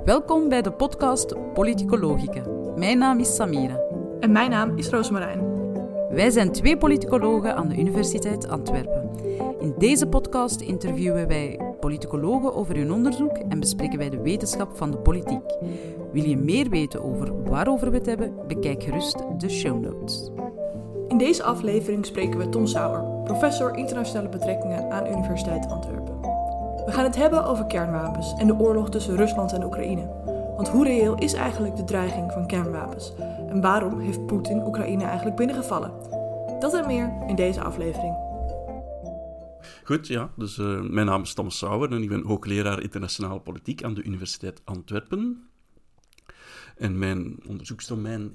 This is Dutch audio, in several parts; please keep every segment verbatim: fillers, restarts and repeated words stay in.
Welkom bij de podcast Politicologica. Mijn naam is Samira. En mijn naam is Roosmarijn. Wij zijn twee politicologen aan de Universiteit Antwerpen. In deze podcast interviewen wij politicologen over hun onderzoek en bespreken wij de wetenschap van de politiek. Wil je meer weten over waarover we het hebben? Bekijk gerust de show notes. In deze aflevering spreken we Tom Sauer, professor internationale betrekkingen aan de Universiteit Antwerpen. We gaan het hebben over kernwapens en de oorlog tussen Rusland en Oekraïne. Want hoe reëel is eigenlijk de dreiging van kernwapens? En waarom heeft Poetin Oekraïne eigenlijk binnengevallen? Dat en meer in deze aflevering. Goed, ja. Dus uh, mijn naam is Tom Sauer en ik ben hoogleraar internationale politiek aan de Universiteit Antwerpen. En mijn onderzoeksdomein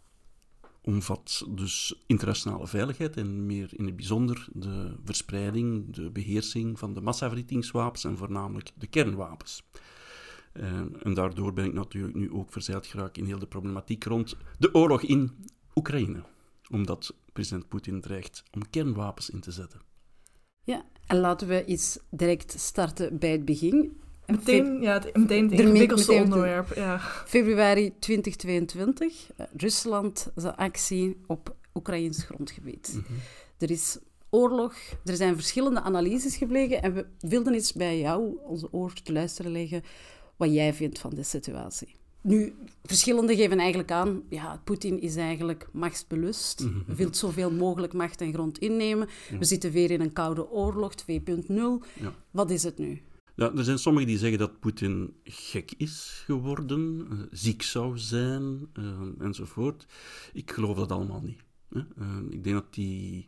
omvat dus internationale veiligheid en meer in het bijzonder de verspreiding, de beheersing van de massavernietigingswapens en voornamelijk de kernwapens. Uh, en daardoor ben ik natuurlijk nu ook verzeild geraakt in heel de problematiek rond de oorlog in Oekraïne. Omdat president Poetin dreigt om kernwapens in te zetten. Ja, en laten we eens direct starten bij het begin. Meteen, ja, het, meteen het ingewikkeldste onderwerp. Ja. Februari twintig tweeëntwintig, Rusland zijn actie op Oekraïns grondgebied. Mm-hmm. Er is oorlog, er zijn verschillende analyses gebleken en we wilden eens bij jou onze oor te luisteren leggen wat jij vindt van de situatie. Nu, verschillende geven eigenlijk aan, ja, Poetin is eigenlijk machtsbelust, mm-hmm. wil zoveel mogelijk macht en grond innemen. Ja. We zitten weer in een koude oorlog, twee punt nul. Ja. Wat is het nu? Ja, er zijn sommigen die zeggen dat Poetin gek is geworden, uh, ziek zou zijn, uh, enzovoort. Ik geloof dat allemaal niet. Hè? Uh, ik denk dat hij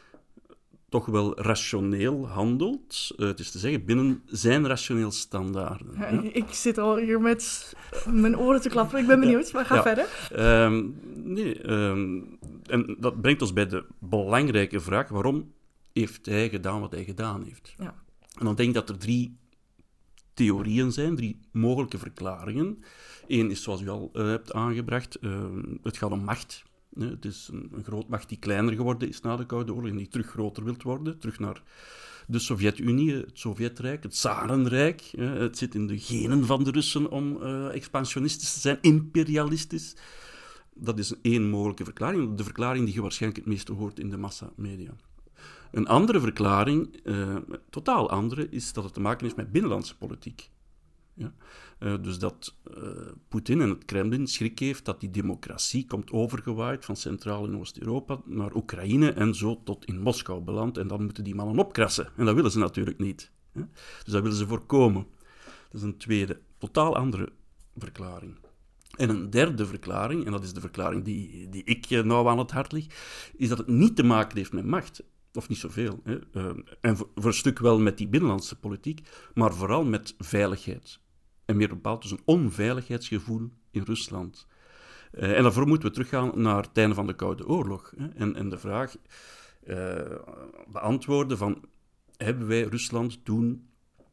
toch wel rationeel handelt. Uh, het is te zeggen, binnen zijn rationeel standaarden. Ja, ik, ik zit al hier met mijn oren te klappen. Ik ben benieuwd, maar ga ja. verder. Um, nee, um, en dat brengt ons bij de belangrijke vraag, waarom heeft hij gedaan wat hij gedaan heeft? Ja. En dan denk ik dat er drie theorieën zijn, drie mogelijke verklaringen. Eén is, zoals u al uh, hebt aangebracht, uh, het gaat om macht. Uh, het is een, een grootmacht die kleiner geworden is na de Koude Oorlog en die terug groter wilt worden, terug naar de Sovjet-Unie, het Sovjetrijk, het Tsarenrijk. Uh, het zit in de genen van de Russen om uh, expansionistisch te zijn, imperialistisch. Dat is één mogelijke verklaring, de verklaring die je waarschijnlijk het meeste hoort in de massamedia. Een andere verklaring, uh, totaal andere, is dat het te maken heeft met binnenlandse politiek. Ja? Uh, dus dat uh, Poetin en het Kremlin schrik heeft dat die democratie komt overgewaaid van Centraal- en Oost-Europa naar Oekraïne en zo tot in Moskou belandt. En dan moeten die mannen opkrassen. En dat willen ze natuurlijk niet. Hè? Dus dat willen ze voorkomen. Dat is een tweede, totaal andere verklaring. En een derde verklaring, en dat is de verklaring die, die ik uh, nou aan het hart lig, is dat het niet te maken heeft met macht. Of niet zoveel. Hè. Uh, en voor, voor een stuk wel met die binnenlandse politiek, maar vooral met veiligheid. En meer bepaald dus een onveiligheidsgevoel in Rusland. Uh, en daarvoor moeten we teruggaan naar het einde van de Koude Oorlog. Hè. En, en de vraag uh, beantwoorden van, hebben wij Rusland toen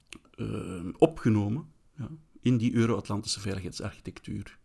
uh, opgenomen ja, in die Euro-Atlantische veiligheidsarchitectuur?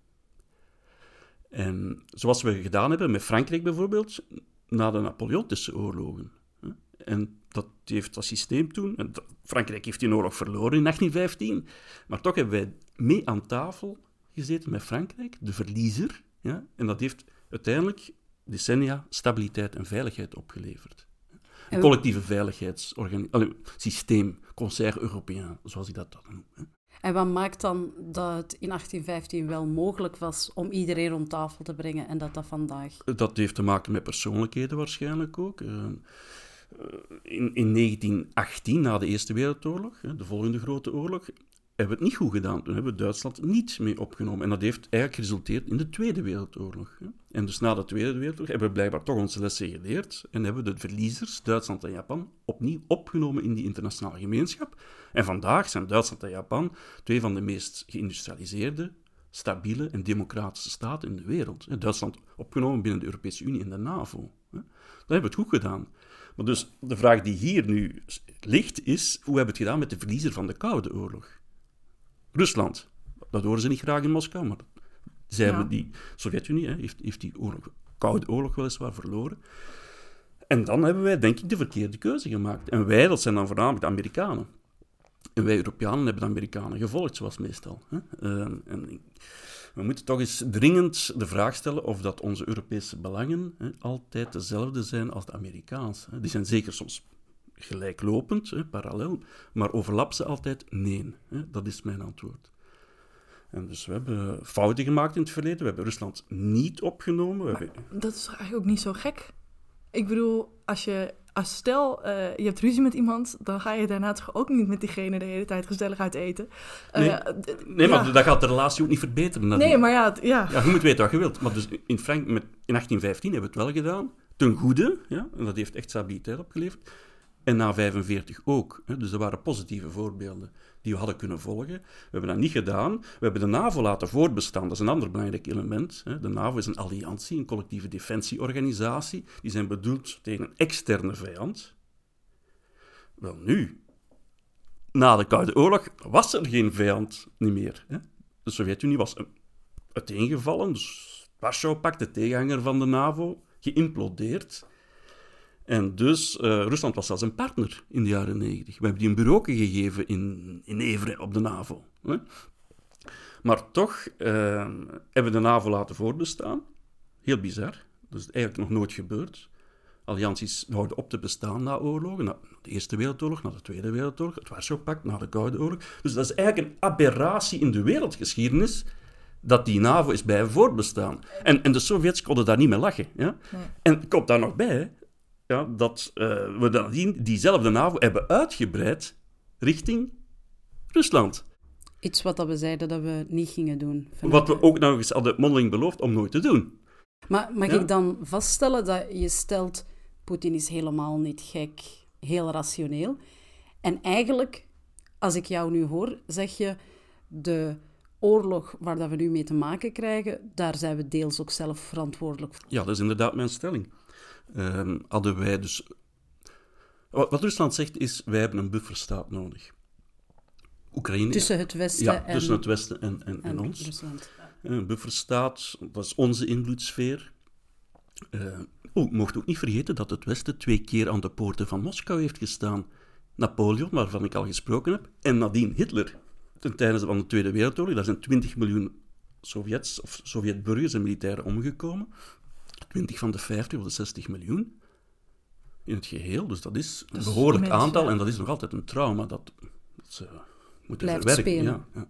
En zoals we gedaan hebben met Frankrijk bijvoorbeeld, na de Napoleontische oorlogen. En dat heeft dat systeem toen... En Frankrijk heeft die oorlog verloren in achttien vijftien, maar toch hebben wij mee aan tafel gezeten met Frankrijk, de verliezer. Ja, en dat heeft uiteindelijk decennia stabiliteit en veiligheid opgeleverd. Een collectieve veiligheidssysteem, concert européen, zoals ik dat dan noem. En wat maakt dan dat het in achttien vijftien wel mogelijk was om iedereen rond tafel te brengen en dat dat vandaag... Dat heeft te maken met persoonlijkheden waarschijnlijk ook. Uh, in, in negentien achttien, na de Eerste Wereldoorlog, de volgende grote oorlog, hebben we het niet goed gedaan. Toen hebben we Duitsland niet mee opgenomen. En dat heeft eigenlijk geresulteerd in de Tweede Wereldoorlog. En dus na de Tweede Wereldoorlog hebben we blijkbaar toch onze lessen geleerd en hebben we de verliezers, Duitsland en Japan, opnieuw opgenomen in die internationale gemeenschap. En vandaag zijn Duitsland en Japan twee van de meest geïndustrialiseerde, stabiele en democratische staten in de wereld. Duitsland opgenomen binnen de Europese Unie en de NAVO. Dat hebben we het goed gedaan. Maar dus de vraag die hier nu ligt is, hoe hebben we het gedaan met de verliezer van de Koude Oorlog? Rusland. Dat horen ze niet graag in Moskou, maar zij ja. hebben die Sovjet-Unie hè, heeft, heeft die oorlog, Koude Oorlog weliswaar verloren. En dan hebben wij, denk ik, de verkeerde keuze gemaakt. En wij, dat zijn dan voornamelijk de Amerikanen. En wij Europeanen hebben de Amerikanen gevolgd, zoals meestal. Hè? Uh, en we moeten toch eens dringend de vraag stellen of dat onze Europese belangen hè, altijd dezelfde zijn als de Amerikaanse. Hè? Die zijn zeker soms gelijklopend, hè, parallel, maar overlappen ze altijd? Nee. Hè? Dat is mijn antwoord. En dus we hebben fouten gemaakt in het verleden. We hebben Rusland niet opgenomen. We hebben... Dat is toch eigenlijk ook niet zo gek? Ik bedoel, als je... Als stel, uh, je hebt ruzie met iemand, dan ga je daarna toch ook niet met diegene de hele tijd gezellig uit eten. Uh, nee, d- nee ja. maar dat gaat de relatie ook niet verbeteren. Nee, die... maar ja, t- ja... ja... Je moet weten wat je wilt. Maar dus in, Frank- met, in achttien vijftien hebben we het wel gedaan. Ten goede, ja, en dat heeft echt stabiliteit opgeleverd. En na vijfenveertig ook. Hè, dus er waren positieve voorbeelden die we hadden kunnen volgen. We hebben dat niet gedaan. We hebben de NAVO laten voortbestaan. Dat is een ander belangrijk element. Hè. De NAVO is een alliantie, een collectieve defensieorganisatie. Die zijn bedoeld tegen een externe vijand. Wel nu, na de Koude Oorlog was er geen vijand niet meer. Hè. De Sovjet-Unie was uiteengevallen. Dus het Warschau-pact, de tegenhanger van de NAVO, geïmplodeerd. En dus, uh, Rusland was zelfs een partner in de jaren negentig. We hebben die een bureau gegeven in, in Evere op de NAVO. Hè? Maar toch uh, hebben we de NAVO laten voortbestaan. Heel bizar. Dat is eigenlijk nog nooit gebeurd. Allianties houden op te bestaan na oorlogen. Na de Eerste Wereldoorlog, na de Tweede Wereldoorlog, het Warschau-pact, na de Koude Oorlog. Dus dat is eigenlijk een aberratie in de wereldgeschiedenis dat die NAVO is blijven voortbestaan. En, en de Sovjets konden daar niet mee lachen. Ja? Nee. En komt daar nog bij... Ja, dat uh, we dan die, diezelfde NAVO hebben uitgebreid richting Rusland. Iets wat we zeiden dat we niet gingen doen. Wat we ook nog eens hadden mondeling beloofd om nooit te doen. Maar mag ja? ik dan vaststellen dat je stelt... Poetin is helemaal niet gek, heel rationeel. En eigenlijk, als ik jou nu hoor, zeg je... de oorlog waar dat we nu mee te maken krijgen... daar zijn we deels ook zelf verantwoordelijk voor. Ja, dat is inderdaad mijn stelling. Um, hadden wij dus... Wat, wat Rusland zegt is, wij hebben een bufferstaat nodig. Oekraïne... Tussen het Westen, ja, en, tussen het Westen en, en, en, en ons. Rusland. Een bufferstaat, dat is onze invloedssfeer. Uh, oh, mocht ook niet vergeten dat het Westen twee keer aan de poorten van Moskou heeft gestaan. Napoleon, waarvan ik al gesproken heb, en nadien Hitler. Ten tijde van de Tweede Wereldoorlog, daar zijn twintig miljoen Sovjets of Sovjetburgers en militairen omgekomen. twintig van de vijftig of de zestig miljoen in het geheel. Dus dat is een dat behoorlijk is aantal ja. En dat is nog altijd een trauma dat, dat ze moeten Blijft verwerken. Ja, ja.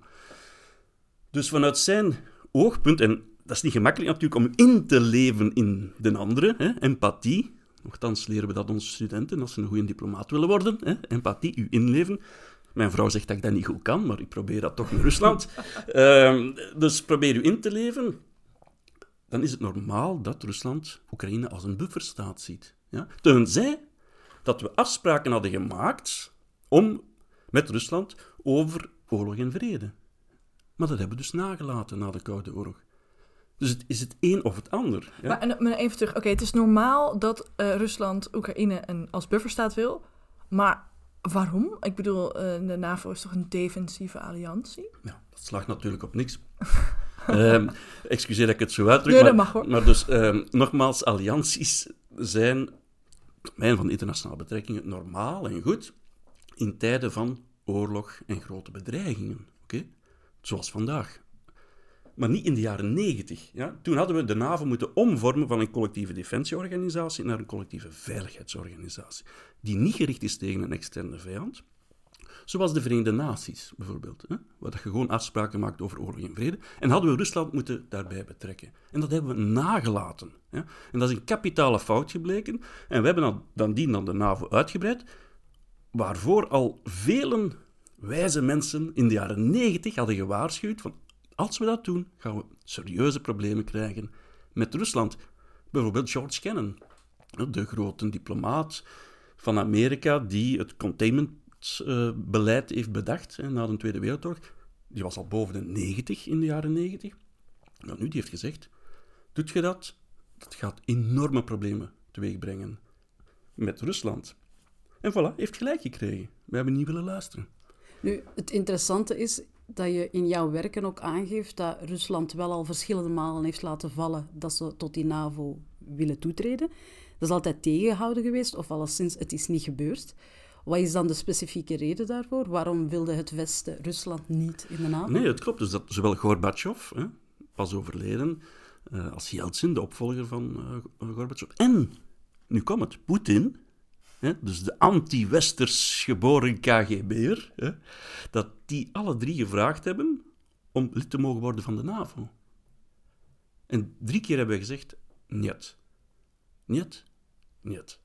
Dus vanuit zijn oogpunt, en dat is niet gemakkelijk natuurlijk om in te leven in de andere, hè, empathie. Nochtans leren we dat onze studenten als ze een goede diplomaat willen worden. Hè, empathie, u inleven. Mijn vrouw zegt dat ik dat niet goed kan, maar ik probeer dat toch in Rusland. uh, dus probeer u in te leven. Dan is het normaal dat Rusland Oekraïne als een bufferstaat ziet. Ja? Tenzij dat we afspraken hadden gemaakt om, met Rusland over oorlog en vrede. Maar dat hebben we dus nagelaten na de Koude Oorlog. Dus het is het een of het ander. Ja? Maar, maar even terug. Oké, okay, het is normaal dat uh, Rusland Oekraïne een, als bufferstaat wil. Maar waarom? Ik bedoel, uh, de NAVO is toch een defensieve alliantie? Ja, dat slaagt natuurlijk op niks. um, excuseer dat ik het zo uitdruk, nee, maar, dat mag, hoor. maar dus um, nogmaals, allianties zijn, op termijn van de internationale betrekkingen, normaal en goed in tijden van oorlog en grote bedreigingen. Okay? Zoals vandaag. Maar niet in de jaren negentig. Ja? Toen hadden we de NAVO moeten omvormen van een collectieve defensieorganisatie naar een collectieve veiligheidsorganisatie, die niet gericht is tegen een externe vijand, zoals de Verenigde Naties bijvoorbeeld, hè? Waar je gewoon afspraken maakt over oorlog en vrede. En hadden we Rusland moeten daarbij betrekken. En dat hebben we nagelaten. Ja? En dat is een kapitale fout gebleken. En we hebben dan, dan die dan de NAVO uitgebreid, waarvoor al vele wijze mensen in de jaren negentig hadden gewaarschuwd van als we dat doen, gaan we serieuze problemen krijgen met Rusland. Bijvoorbeeld George Kennan, de grote diplomaat van Amerika die het containmentbeleid heeft bedacht hè, na de Tweede Wereldoorlog. Die was al boven de negentig in de jaren negentig. Nou, nu, die heeft gezegd, doet je dat? Dat gaat enorme problemen teweegbrengen met Rusland. En voilà, heeft gelijk gekregen. We hebben niet willen luisteren. Nu, het interessante is dat je in jouw werken ook aangeeft dat Rusland wel al verschillende malen heeft laten vallen dat ze tot die NAVO willen toetreden. Dat is altijd tegengehouden geweest, of alleszins het is niet gebeurd. Wat is dan de specifieke reden daarvoor? Waarom wilde het Westen Rusland niet in de NAVO? Nee, het klopt. Dus dat zowel Gorbachev, hè, pas overleden, uh, als Yeltsin, de opvolger van uh, Gorbachev, en, nu komt het, Poetin, hè, dus de anti-Westers geboren K G B'er, hè, dat die alle drie gevraagd hebben om lid te mogen worden van de NAVO. En drie keer hebben we gezegd, niet. Niet, niet.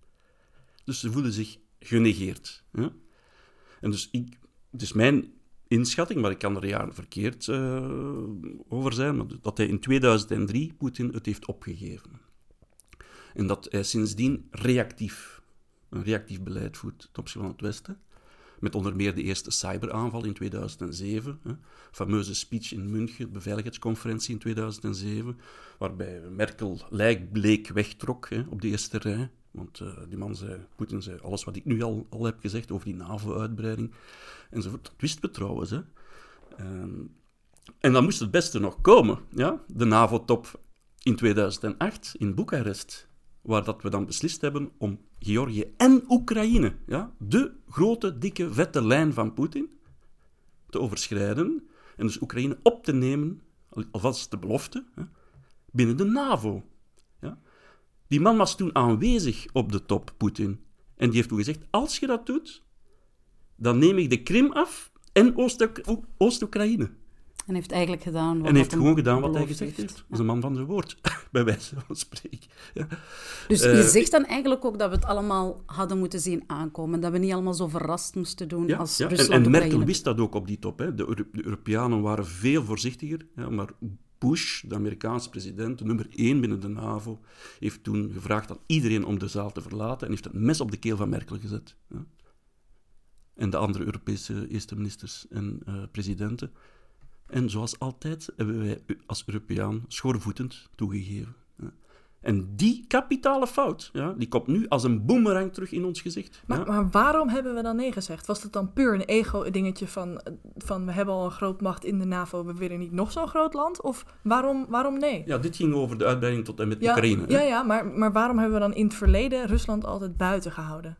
Dus ze voelen zich genegeerd. Hè? En dus ik, het is mijn inschatting, maar ik kan er jaren verkeerd uh, over zijn, maar dat hij in tweeduizend drie Poetin het heeft opgegeven. En dat hij sindsdien reactief, een reactief beleid voert ten opzichte van het Westen. Met onder meer de eerste cyberaanval in tweeduizend zeven. Hè. Fameuze speech in München, beveiligheidsconferentie in tweeduizend zeven, waarbij Merkel lijkbleek wegtrok hè, op de eerste rij. Want uh, die man zei, Poetin zei, alles wat ik nu al, al heb gezegd over die NAVO-uitbreiding enzovoort. Dat wisten we trouwens. Hè. Um, en dan moest het beste nog komen. Ja? De NAVO-top in tweeduizend acht in Boekarest, waar dat we dan beslist hebben om Georgië en Oekraïne, ja, de grote, dikke, vette lijn van Poetin, te overschrijden en dus Oekraïne op te nemen, alvast de belofte, hè, binnen de NAVO. Ja. Die man was toen aanwezig op de top, Poetin. En die heeft toen gezegd, als je dat doet, dan neem ik de Krim af en Oost-Oekraïne. En heeft eigenlijk gedaan wat En heeft hij gewoon gedaan wat hij gezegd heeft. heeft. Dat is een man van zijn woord, bij wijze van spreken. Ja. Dus Uh, je zegt dan eigenlijk ook dat we het allemaal hadden moeten zien aankomen. Dat we niet allemaal zo verrast moesten doen ja, als ja. Rusland En, en Oekraïne. Merkel wist dat ook op die top. Hè. De, Euro- de Europeanen waren veel voorzichtiger. Ja, maar Bush, de Amerikaanse president, de nummer één binnen de NAVO, heeft toen gevraagd aan iedereen om de zaal te verlaten en heeft het mes op de keel van Merkel gezet. Ja. En de andere Europese eerste ministers en uh, presidenten. En zoals altijd hebben wij als Europeaan schoorvoetend toegegeven. Ja. En die kapitale fout, ja, die komt nu als een boemerang terug in ons gezicht. Maar, ja. maar waarom hebben we dan nee gezegd? Was het dan puur een ego-dingetje van, van we hebben al een grootmacht in de NAVO, we willen niet nog zo'n groot land? Of waarom, waarom nee? Ja, dit ging over de uitbreiding tot en met ja, Oekraïne. Ja, hè? ja maar, maar waarom hebben we dan in het verleden Rusland altijd buiten gehouden?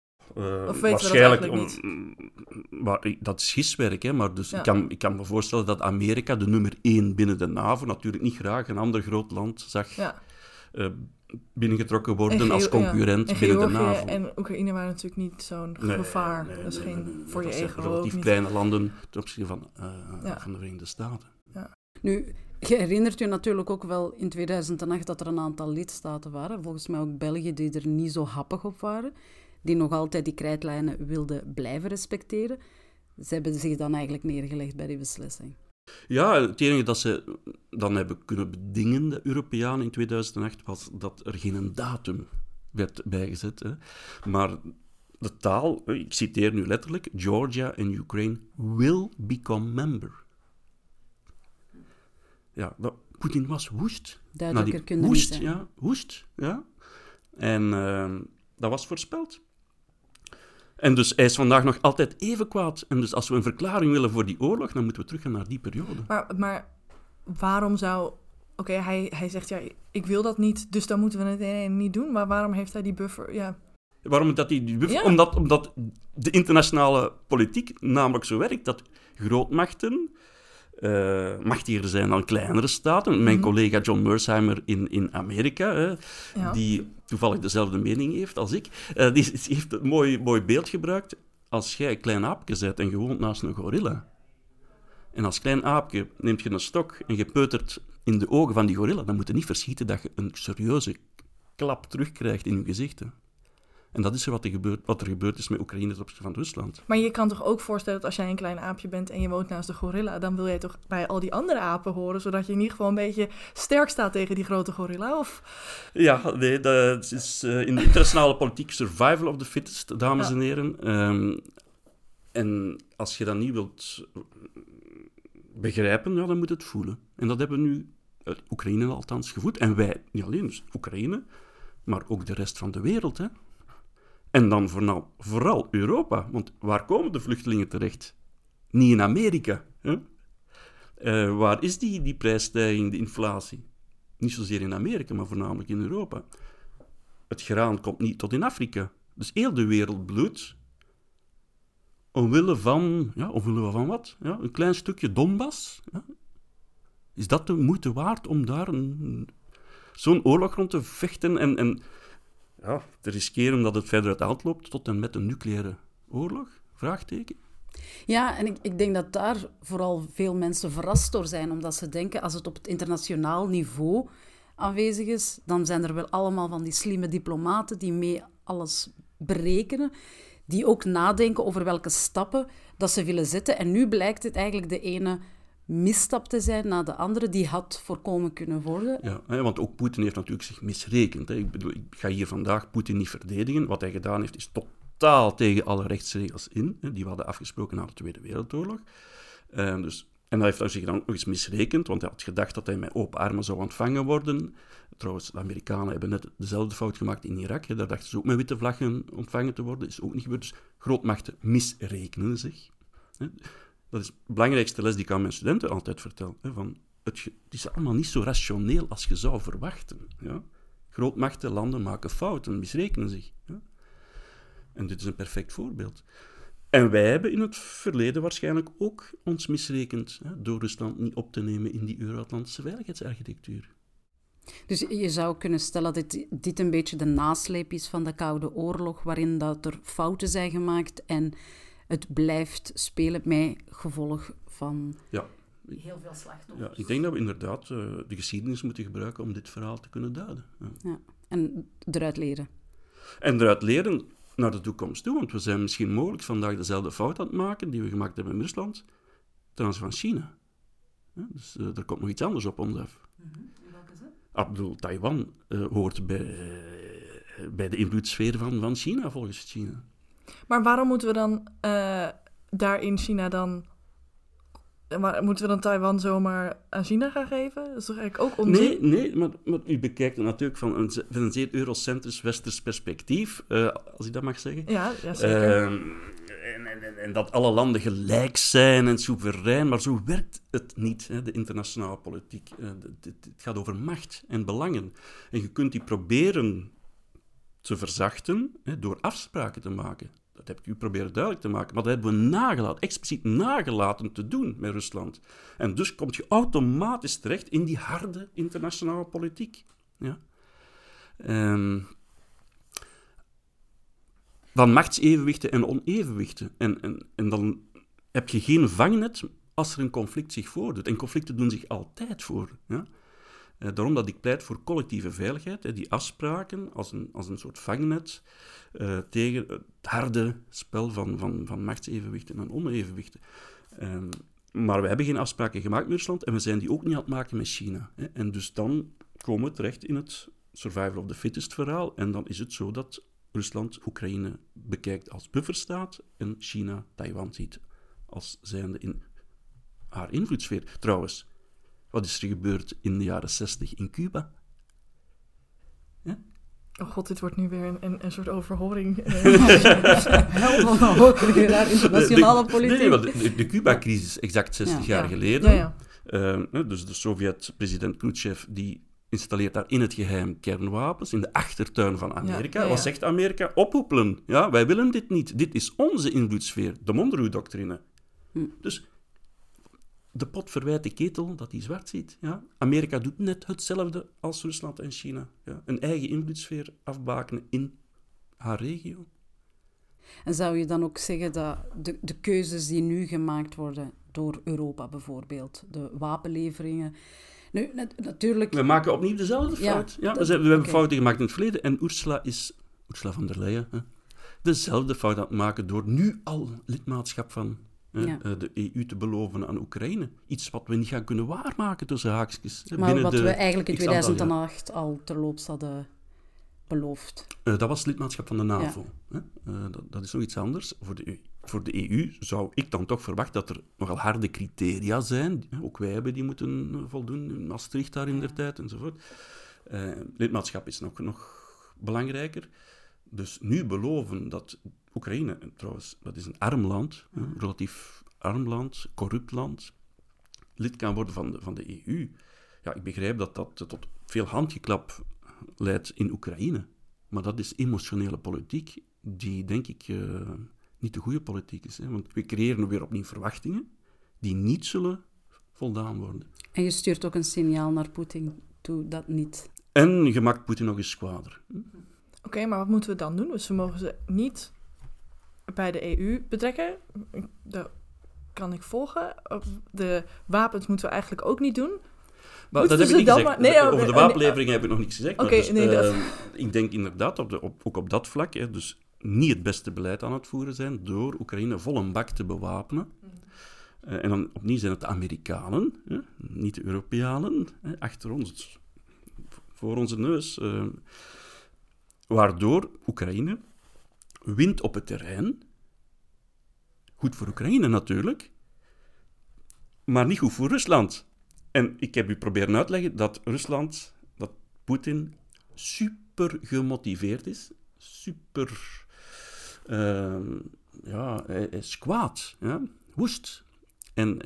Uh, Of weten waarschijnlijk, we dat eigenlijk om, maar, dat is giswerk, hè, maar dus ja. ik, kan, ik kan me voorstellen dat Amerika, de nummer één binnen de NAVO, natuurlijk niet graag een ander groot land zag Ja. uh, binnengetrokken worden Ge- als concurrent ja. en binnen de Georgië NAVO. en Oekraïne waren natuurlijk niet zo'n Nee, gevaar. nee, dat is nee, geen, nee, nee, voor dat je zijn ego ook relatief niet. kleine landen ten opzichte van, uh, Ja. van de Verenigde Staten. Ja. Nu, je herinnert je natuurlijk ook wel in tweeduizend acht dat er een aantal lidstaten waren, volgens mij ook België, die er niet zo happig op waren, die nog altijd die krijtlijnen wilden blijven respecteren. Ze hebben zich dan eigenlijk neergelegd bij die beslissing. Ja, het enige dat ze dan hebben kunnen bedingen, de Europeanen in tweeduizend acht, was dat er geen datum werd bijgezet. Hè. Maar de taal, ik citeer nu letterlijk, Georgia en Ukraine will become member. Ja, dat, Poetin was woest. Duidelijker die, kunnen woest, niet zijn. ja, woest, ja. En uh, dat was voorspeld. En dus hij is vandaag nog altijd even kwaad. En dus als we een verklaring willen voor die oorlog, dan moeten we teruggaan naar die periode. Maar, maar waarom zou... Oké, okay, hij, hij zegt, ja, ik wil dat niet, dus dan moeten we het nee, niet doen. Maar waarom heeft hij die buffer... Ja. Waarom dat die, die buffer? Ja. Omdat, omdat de internationale politiek namelijk zo werkt dat grootmachten uh, machtiger zijn dan kleinere staten. Mijn Mm-hmm. collega John Mersheimer in, in Amerika, hè, Ja. die toevallig dezelfde mening heeft als ik, uh, die, die heeft een mooi, mooi beeld gebruikt. Als jij een klein aapje bent en je woont naast een gorilla, en als klein aapje neemt je een stok en je peutert in de ogen van die gorilla, dan moet je niet verschieten dat je een serieuze klap terugkrijgt in je gezicht. Hè. En dat is er wat, er gebeurd, wat er gebeurd is met Oekraïne ten opzichte van Rusland. Maar je kan toch ook voorstellen dat als jij een klein aapje bent en je woont naast de gorilla, dan wil jij toch bij al die andere apen horen, zodat je in ieder geval een beetje sterk staat tegen die grote gorilla? Of... Ja, nee, dat is uh, in de internationale politiek survival of the fittest, dames Ja. en heren. Um, en als je dat niet wilt begrijpen, ja, dan moet je het voelen. En dat hebben we nu, uh, Oekraïne althans, gevoeld. En wij, niet alleen, dus Oekraïne, maar ook de rest van de wereld, hè. En dan vooral, vooral Europa. Want waar komen de vluchtelingen terecht? Niet in Amerika. Hè? Uh, waar is die, die prijsstijging, de inflatie? Niet zozeer in Amerika, maar voornamelijk in Europa. Het graan komt niet tot in Afrika. Dus heel de wereld bloedt omwille van, ja, omwille van wat? Ja, een klein stukje Donbass. Ja. Is dat de moeite waard om daar een, zo'n oorlog rond te vechten en, en ja, te riskeren dat het verder uit de hand loopt tot en met een nucleaire oorlog? Vraagteken. Ja, en ik, ik denk dat daar vooral veel mensen verrast door zijn, omdat ze denken, als het op het internationaal niveau aanwezig is, dan zijn er wel allemaal van die slimme diplomaten die mee alles berekenen, die ook nadenken over welke stappen dat ze willen zetten. En nu blijkt het eigenlijk de ene misstap te zijn na de andere, die had voorkomen kunnen worden. Ja, want ook Poetin heeft natuurlijk zich misrekend. Ik bedoel, ik ga hier vandaag Poetin niet verdedigen. Wat hij gedaan heeft, is totaal tegen alle rechtsregels in, die we hadden afgesproken na de Tweede Wereldoorlog. Uh, dus, en hij heeft zich dan nog eens misrekend, want hij had gedacht dat hij met open armen zou ontvangen worden. Trouwens, de Amerikanen hebben net dezelfde fout gemaakt in Irak. Daar dachten ze ook met witte vlaggen ontvangen te worden. Dat is ook niet gebeurd. Dus grootmachten misrekenen zich. Dat is de belangrijkste les die ik aan mijn studenten altijd vertel. Van het, het is allemaal niet zo rationeel als je zou verwachten. Ja? Grootmachten, landen maken fouten, misrekenen zich. Ja? En dit is een perfect voorbeeld. En wij hebben in het verleden waarschijnlijk ook ons misrekend, hè, door Rusland niet op te nemen in die Euro-Atlantische veiligheidsarchitectuur. Dus je zou kunnen stellen dat dit, dit een beetje de nasleep is van de Koude Oorlog, waarin dat er fouten zijn gemaakt en het blijft spelen met gevolg van ja. heel veel slachtoffers. Ja, ik denk dat we inderdaad uh, de geschiedenis moeten gebruiken om dit verhaal te kunnen duiden. Ja. Ja, en eruit leren. En eruit leren naar de toekomst toe, want we zijn misschien mogelijk vandaag dezelfde fout aan het maken die we gemaakt hebben in Rusland ten aanzien van China. Ja, dus uh, er komt nog iets anders op ons af. Mm-hmm. Welke is dat? Ah, bedoel, Taiwan uh, hoort bij, uh, bij de invloedssfeer van, van China, volgens China. Maar waarom moeten we dan uh, daar in China dan... Maar moeten we dan Taiwan zomaar aan China gaan geven? Dat is toch eigenlijk ook onzin? Nee, nee maar, maar u bekijkt het natuurlijk van een, van een zeer eurocentrisch westers perspectief, uh, als ik dat mag zeggen. Ja, ja zeker. Uh, en, en, en dat alle landen gelijk zijn en soeverein, maar zo werkt het niet, hè, de internationale politiek. Uh, het, het gaat over macht en belangen. En je kunt die proberen te verzachten hè, door afspraken te maken. Dat heb ik u proberen duidelijk te maken. Maar dat hebben we nagelaten, expliciet nagelaten te doen met Rusland. En dus kom je automatisch terecht in die harde internationale politiek. Ja. Um, van machtsevenwichten en onevenwichten. En, en, en dan heb je geen vangnet als er een conflict zich voordoet. En conflicten doen zich altijd voor. Ja. Uh, daarom dat ik pleit voor collectieve veiligheid, hè, die afspraken als een, als een soort vangnet uh, tegen het harde spel van, van, van machtsevenwichten en onevenwichten. Um, maar we hebben geen afspraken gemaakt met Rusland en we zijn die ook niet aan het maken met China. Hè. En dus dan komen we terecht in het survival of the fittest verhaal en dan is het zo dat Rusland Oekraïne bekijkt als bufferstaat en China Taiwan ziet als zijnde in haar invloedssfeer. Trouwens, wat is er gebeurd in de jaren zestig in Cuba? Ja? Oh god, dit wordt nu weer een, een, een soort overhoring. Hel van een hoogleraar internationale politiek. Nee, nee, de, de Cuba-crisis, exact zestig ja, jaar ja. geleden. Ja, ja. Uh, dus de Sovjet-president Khrushchev, die installeert daar in het geheim kernwapens, in de achtertuin van Amerika. Ja, ja, ja. Wat zegt Amerika? Ophoepelen. Ja, wij willen dit niet. Dit is onze invloedssfeer, de Monroe-doctrine. Hm. Dus de pot verwijt de ketel dat hij zwart ziet. Ja? Amerika doet net hetzelfde als Rusland en China. Ja? Een eigen invloedssfeer afbakenen in haar regio. En zou je dan ook zeggen dat de, de keuzes die nu gemaakt worden door Europa bijvoorbeeld, de wapenleveringen... Nu, net, natuurlijk... We maken opnieuw dezelfde fout. Ja, ja, we, zijn, we hebben okay. fouten gemaakt in het verleden en Ursula is... Ursula von der Leyen, hè, dezelfde fout aan het maken door nu al lidmaatschap van... Ja. de E U te beloven aan Oekraïne. Iets wat we niet gaan kunnen waarmaken tussen haakjes. Maar wat de, we eigenlijk in tweeduizend acht al terloops hadden beloofd. Uh, dat was lidmaatschap van de NAVO. Ja. Uh, dat, dat is nog iets anders. Voor de, voor de E U zou ik dan toch verwachten dat er nogal harde criteria zijn. Ook wij hebben die moeten voldoen. In Maastricht daar in der tijd enzovoort. Uh, lidmaatschap is nog, nog belangrijker. Dus nu beloven dat Oekraïne, trouwens, dat is een arm land, mm. een relatief arm land, corrupt land, lid kan worden van de, van de E U. Ja, ik begrijp dat dat tot veel handgeklap leidt in Oekraïne. Maar dat is emotionele politiek die, denk ik, uh, niet de goede politiek is. Hè? Want we creëren weer opnieuw verwachtingen die niet zullen voldaan worden. En je stuurt ook een signaal naar Poetin toe dat niet... En je maakt Poetin nog eens kwader. Hm? Oké, okay, maar wat moeten we dan doen? Dus we mogen ze niet bij de E U betrekken. Dat kan ik volgen. De wapens moeten we eigenlijk ook niet doen. Maar dat heb ik niet gezegd. Maar... Nee, Over de wapenlevering nee, heb ik nog niks gezegd. Okay, dus, nee, uh, dat... Ik denk inderdaad, op de, op, ook op dat vlak, hè, dus niet het beste beleid aan het voeren zijn door Oekraïne vol een bak te bewapenen. Uh, en dan opnieuw zijn het de Amerikanen, hè, niet de Europeanen, hè, achter ons, voor onze neus. Uh, waardoor Oekraïne wint op het terrein. Goed voor Oekraïne natuurlijk, maar niet goed voor Rusland. En ik heb u proberen uitleggen dat Rusland, dat Poetin, super gemotiveerd is. Super... Uh, ja, hij, hij is kwaad. Ja, woest. En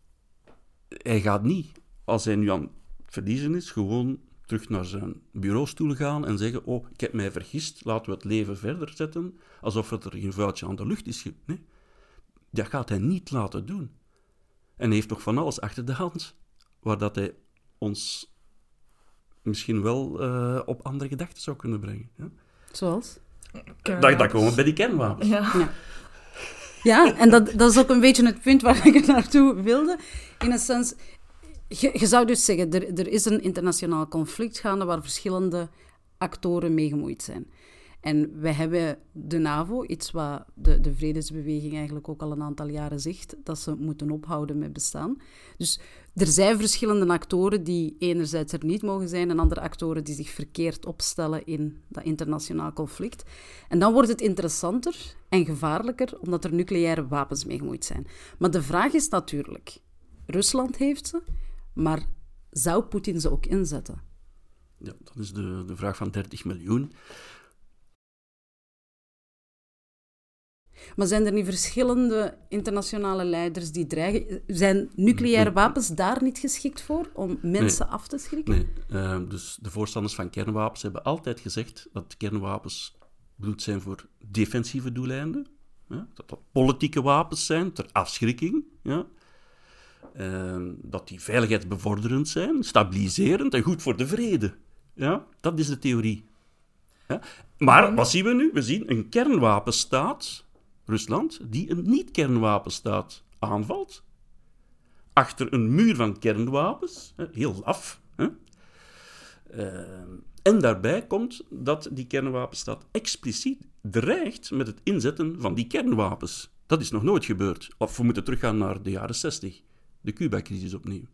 hij gaat niet, als hij nu aan het verliezen is, gewoon terug naar zijn bureaustoel gaan en zeggen, oh, ik heb mij vergist, laten we het leven verder zetten, alsof er geen vuiltje aan de lucht is. Nee, dat gaat hij niet laten doen. En hij heeft nog van alles achter de hand, waar dat hij ons misschien wel uh, op andere gedachten zou kunnen brengen. Ja? Zoals? Dat, dat komen we bij die kernwapens. Ja, ja. ja en dat, dat is ook een beetje het punt waar ik naartoe wilde. In een sens, je, je zou dus zeggen, er, er is een internationaal conflict gaande waar verschillende actoren mee gemoeid zijn. En wij hebben de NAVO, iets wat de, de vredesbeweging eigenlijk ook al een aantal jaren zegt, dat ze moeten ophouden met bestaan. Dus er zijn verschillende actoren die enerzijds er niet mogen zijn en andere actoren die zich verkeerd opstellen in dat internationaal conflict. En dan wordt het interessanter en gevaarlijker, omdat er nucleaire wapens mee gemoeid zijn. Maar de vraag is natuurlijk, Rusland heeft ze, maar zou Poetin ze ook inzetten? Ja, dat is de, de vraag van dertig miljoen. Maar zijn er niet verschillende internationale leiders die dreigen? Zijn nucleaire nee. wapens daar niet geschikt voor, om mensen nee. af te schrikken? Nee, uh, dus de voorstanders van kernwapens hebben altijd gezegd dat kernwapens bedoeld zijn voor defensieve doeleinden. Ja? Dat dat politieke wapens zijn, ter afschrikking. Ja? Uh, dat die veiligheidsbevorderend zijn, stabiliserend en goed voor de vrede. Ja? Dat is de theorie. Ja? Maar wat zien we nu? We zien een kernwapenstaat... Rusland, die een niet-kernwapenstaat aanvalt. Achter een muur van kernwapens, heel laf. Hè? Uh, en daarbij komt dat die kernwapenstaat expliciet dreigt met het inzetten van die kernwapens. Dat is nog nooit gebeurd. Of we moeten teruggaan naar de jaren zestig, de Cuba-crisis opnieuw.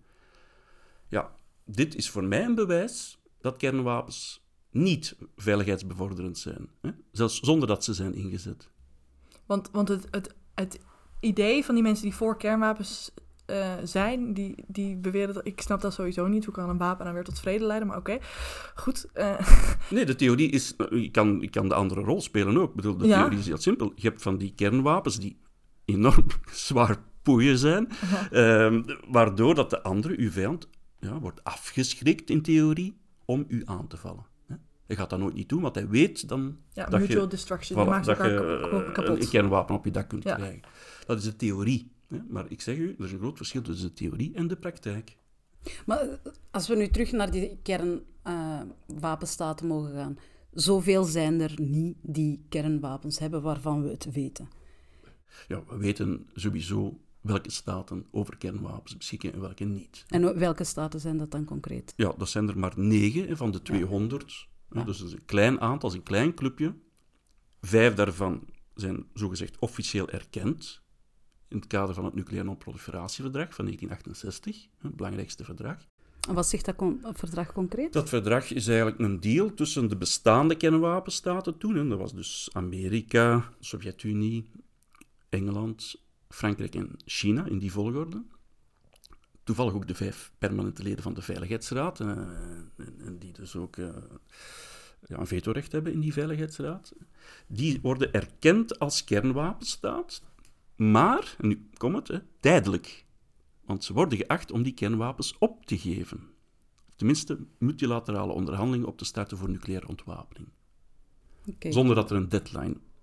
Ja, dit is voor mij een bewijs dat kernwapens niet veiligheidsbevorderend zijn. Hè? Zelfs zonder dat ze zijn ingezet. Want, want het, het, het idee van die mensen die voor kernwapens uh, zijn, die, die beweren dat... Ik snap dat sowieso niet. Hoe kan een wapen dan weer tot vrede leiden? Maar oké, okay. Goed. Uh. Nee, de theorie is... Je kan, je kan de andere rol spelen ook. Ik bedoel, de ja. theorie is heel simpel. Je hebt van die kernwapens die enorm zwaar poeien zijn, uh-huh. uh, waardoor dat de andere, uw vijand, ja, wordt afgeschrikt in theorie om u aan te vallen. Hij gaat dat nooit niet doen, want hij weet dan ja, dat mutual je, destruction, voilà, je maakt dat elkaar je kapot. een kernwapen op je dak kunt ja. krijgen. Dat is de theorie. Hè? Maar ik zeg u, er is een groot verschil tussen de theorie en de praktijk. Maar als we nu terug naar die kernwapenstaten uh, mogen gaan, zoveel zijn er niet die kernwapens hebben waarvan we het weten. Ja, we weten sowieso welke staten over kernwapens beschikken en welke niet. En welke staten zijn dat dan concreet? Ja, dat zijn er maar negen van de tweehonderd... Ja. Ja. Dus een klein aantal, een klein clubje. Vijf daarvan zijn zogezegd officieel erkend in het kader van het Nucleair Non-Proliferatieverdrag van negentien achtenzestig, het belangrijkste verdrag. En wat zegt dat con- verdrag concreet? Dat verdrag is eigenlijk een deal tussen de bestaande kernwapenstaten toen. En dat was dus Amerika, de Sovjet-Unie, Engeland, Frankrijk en China in die volgorde. Toevallig ook de vijf permanente leden van de Veiligheidsraad, uh, en, en die dus ook uh, ja, een vetorecht hebben in die Veiligheidsraad. Die worden erkend als kernwapenstaat, maar, en nu komt het, hè, tijdelijk. Want ze worden geacht om die kernwapens op te geven. Tenminste, multilaterale onderhandelingen op te starten voor nucleaire ontwapening. Okay. Zonder dat er een deadline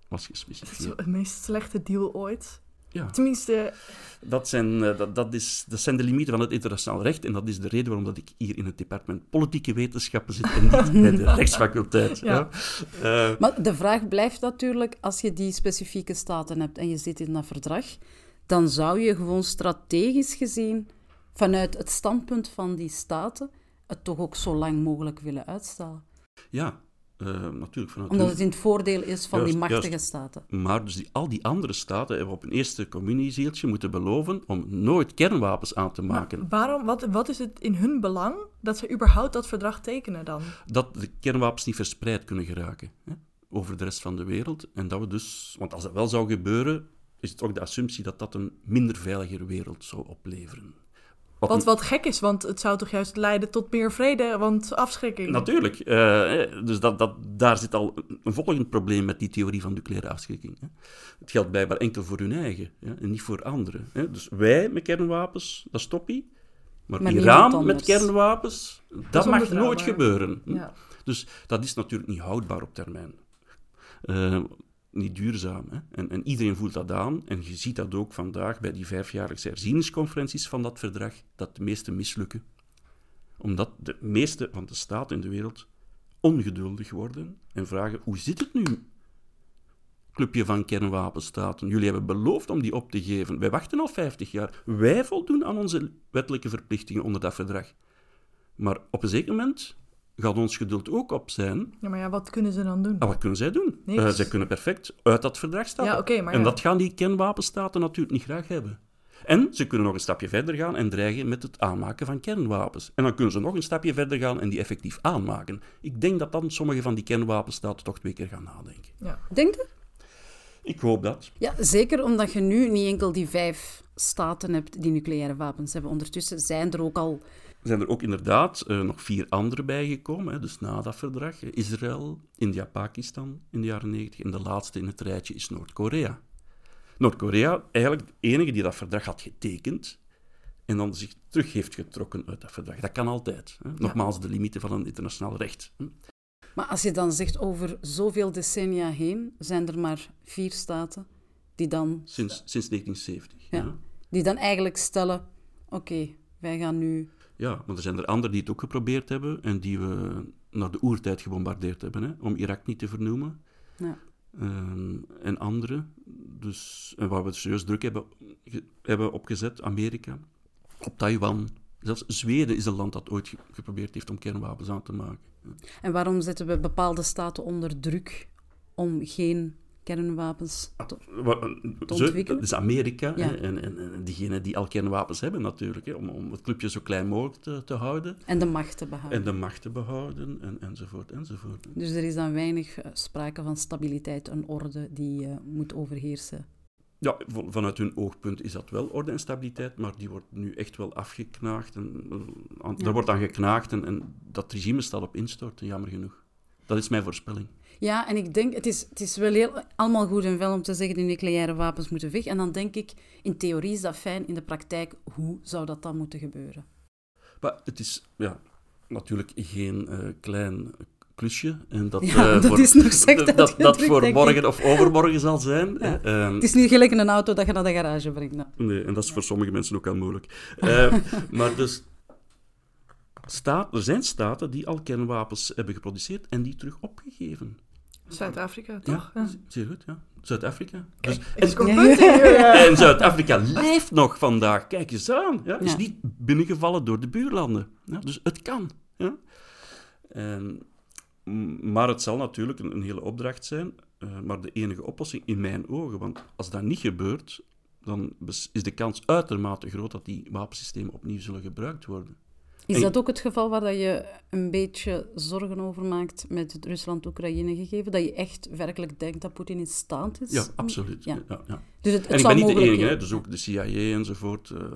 was gespecificeerd. Dat is het meest slechte deal ooit. Ja. Tenminste... Dat zijn, uh, dat, dat, is, dat zijn de limieten van het internationaal recht en dat is de reden waarom dat ik hier in het departement politieke wetenschappen zit en niet bij de rechtsfaculteit. Ja. Ja. Uh, maar de vraag blijft natuurlijk, als je die specifieke staten hebt en je zit in dat verdrag, dan zou je gewoon strategisch gezien, vanuit het standpunt van die staten, het toch ook zo lang mogelijk willen uitstellen. Ja, uh, natuurlijk. Vanuit Omdat hun... het in het voordeel is van juist, die machtige juist. staten. Maar dus die, al die andere staten hebben op een eerste communiezieltje moeten beloven om nooit kernwapens aan te maken. Maar waarom, wat, wat is het in hun belang dat ze überhaupt dat verdrag tekenen dan? Dat de kernwapens niet verspreid kunnen geraken, hè, over de rest van de wereld. En dat we dus, want als dat wel zou gebeuren, is het ook de assumptie dat dat een minder veiliger wereld zou opleveren. Wat, wat, een... wat gek is, want het zou toch juist leiden tot meer vrede, want afschrikking. Natuurlijk. Uh, dus dat, dat, daar zit al een volgend probleem met die theorie van nucleaire afschrikking. Hè. Het geldt blijkbaar enkel voor hun eigen, hè, en niet voor anderen. Hè. Dus wij met kernwapens, dat stopt niet. Maar, maar Iran met kernwapens, dat, dat mag nooit gebeuren. Hm? Ja. Dus dat is natuurlijk niet houdbaar op termijn. Uh, niet duurzaam. Hè? En, en iedereen voelt dat aan. En je ziet dat ook vandaag bij die vijfjaarlijkse herzieningsconferenties van dat verdrag, dat de meeste mislukken. Omdat de meeste van de staten in de wereld ongeduldig worden en vragen, hoe zit het nu? Clubje van kernwapenstaten. Jullie hebben beloofd om die op te geven. Wij wachten al vijftig jaar. Wij voldoen aan onze wettelijke verplichtingen onder dat verdrag. Maar op een zeker moment gaat ons geduld ook op zijn. Ja, maar ja, wat kunnen ze dan doen? Ah, wat kunnen zij doen? Uh, zij kunnen perfect uit dat verdrag stappen. Ja, okay, maar en ja. dat gaan die kernwapenstaten natuurlijk niet graag hebben. En ze kunnen nog een stapje verder gaan en dreigen met het aanmaken van kernwapens. En dan kunnen ze nog een stapje verder gaan en die effectief aanmaken. Ik denk dat dan sommige van die kernwapenstaten toch twee keer gaan nadenken. Ja. Denk je? Ik hoop dat. Ja, zeker omdat je nu niet enkel die vijf staten hebt die nucleaire wapens hebben. Ondertussen zijn er ook al... zijn er ook inderdaad uh, nog vier andere bijgekomen, hè, dus na dat verdrag. Israël, India, Pakistan in de jaren negentig. En de laatste in het rijtje is Noord-Korea. Noord-Korea, eigenlijk de enige die dat verdrag had getekend en dan zich terug heeft getrokken uit dat verdrag. Dat kan altijd. Hè. Nogmaals, de limieten van het internationaal recht. Hè. Maar als je dan zegt, over zoveel decennia heen zijn er maar vier staten die dan... Sinds, sinds negentien zeventig. Ja, Ja. Die dan eigenlijk stellen, oké, okay, wij gaan nu... Ja, maar er zijn er anderen die het ook geprobeerd hebben en die we naar de oertijd gebombardeerd hebben, hè, om Irak niet te vernoemen. Ja. Um, en anderen. Dus, en waar we serieus druk hebben, ge, hebben opgezet, Amerika, op Taiwan. Zelfs Zweden is een land dat ooit ge, geprobeerd heeft om kernwapens aan te maken. Ja. En waarom zetten we bepaalde staten onder druk om geen kernwapens te, te ontwikkelen? Dat is Amerika, ja. hè, en, en, en diegenen die al kernwapens hebben natuurlijk, hè, om, om het clubje zo klein mogelijk te, te houden. En de macht te behouden. En de macht te behouden, en, enzovoort, enzovoort. Dus er is dan weinig uh, sprake van stabiliteit en orde die uh, moet overheersen. Ja, vanuit hun oogpunt is dat wel orde en stabiliteit, maar die wordt nu echt wel afgeknaagd. En, uh, ja. Daar wordt aan geknaagd en, en dat regime staat op instorten, jammer genoeg. Dat is mijn voorspelling. Ja, en ik denk, het is, het is wel heel, allemaal goed en wel om te zeggen, die nucleaire wapens moeten weg. En dan denk ik, in theorie is dat fijn, in de praktijk, hoe zou dat dan moeten gebeuren? Maar het is ja, natuurlijk geen uh, klein klusje. En dat, ja, uh, dat voor, is nog zeg dat, dat, dat voor morgen of overmorgen zal zijn. Ja. Um, het is niet gelijk een auto dat je naar de garage brengt. Nou. Nee, en dat is voor sommige mensen ook al moeilijk. Uh, maar dus... Staat, er zijn staten die al kernwapens hebben geproduceerd en die terug opgegeven. Zuid-Afrika, toch? Ja, ja. Zeer goed, ja. Zuid-Afrika. Dus, en, ja. en Zuid-Afrika leeft nog vandaag. Kijk eens aan. Ja. Is ja. niet binnengevallen door de buurlanden. Ja. Dus het kan. Ja. En, maar het zal natuurlijk een, een hele opdracht zijn. Uh, maar de enige oplossing in mijn ogen, want als dat niet gebeurt, dan is de kans uitermate groot dat die wapensystemen opnieuw zullen gebruikt worden. Is dat ook het geval waar je een beetje zorgen over maakt met het Rusland-Oekraïne gegeven? Dat je echt werkelijk denkt dat Poetin in staat is? Ja, absoluut. Ja. Ja, ja. Dus het, het en ik ben niet de enige, ja. hè, dus ook de C I A enzovoort. Uh,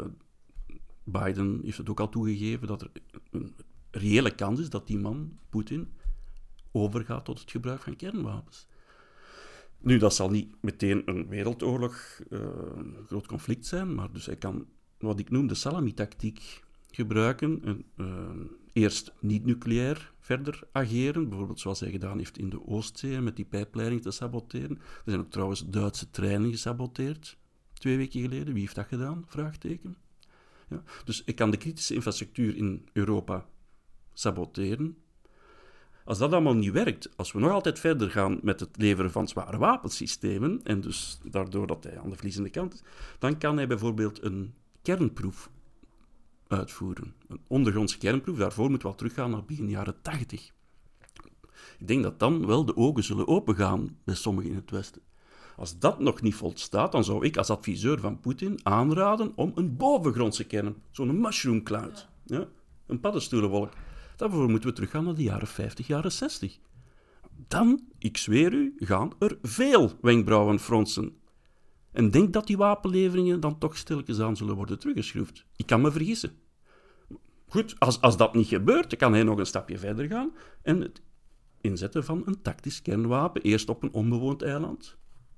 Biden heeft het ook al toegegeven dat er een reële kans is dat die man, Poetin, overgaat tot het gebruik van kernwapens. Nu, dat zal niet meteen een wereldoorlog, uh, een groot conflict zijn, maar dus hij kan, wat ik noem, de salami-tactiek gebruiken. En, uh, eerst niet-nucleair verder ageren, bijvoorbeeld zoals hij gedaan heeft in de Oostzee, met die pijpleiding te saboteren. Er zijn ook trouwens Duitse treinen gesaboteerd, twee weken geleden. Wie heeft dat gedaan? Vraagteken. Ja. Dus ik kan de kritische infrastructuur in Europa saboteren. Als dat allemaal niet werkt, als we nog altijd verder gaan met het leveren van zware wapensystemen, en dus daardoor dat hij aan de verliezende kant is, dan kan hij bijvoorbeeld een kernproef uitvoeren. Een ondergrondse kernproef, daarvoor moeten we wel teruggaan naar begin jaren tachtig. Ik denk dat dan wel de ogen zullen opengaan bij sommigen in het Westen. Als dat nog niet volstaat, dan zou ik als adviseur van Poetin aanraden om een bovengrondse kern, zo'n mushroom cloud, ja, een paddenstoelenwolk. Daarvoor moeten we teruggaan naar de jaren vijftig, jaren zestig. Dan, ik zweer u, gaan er veel wenkbrauwen fronsen. En denk dat die wapenleveringen dan toch stilletjes aan zullen worden teruggeschroefd. Ik kan me vergissen. Goed, als, als dat niet gebeurt, dan kan hij nog een stapje verder gaan en het inzetten van een tactisch kernwapen, eerst op een onbewoond eiland.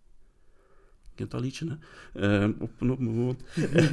Je kent dat liedje, hè? Uh, op een onbewoond.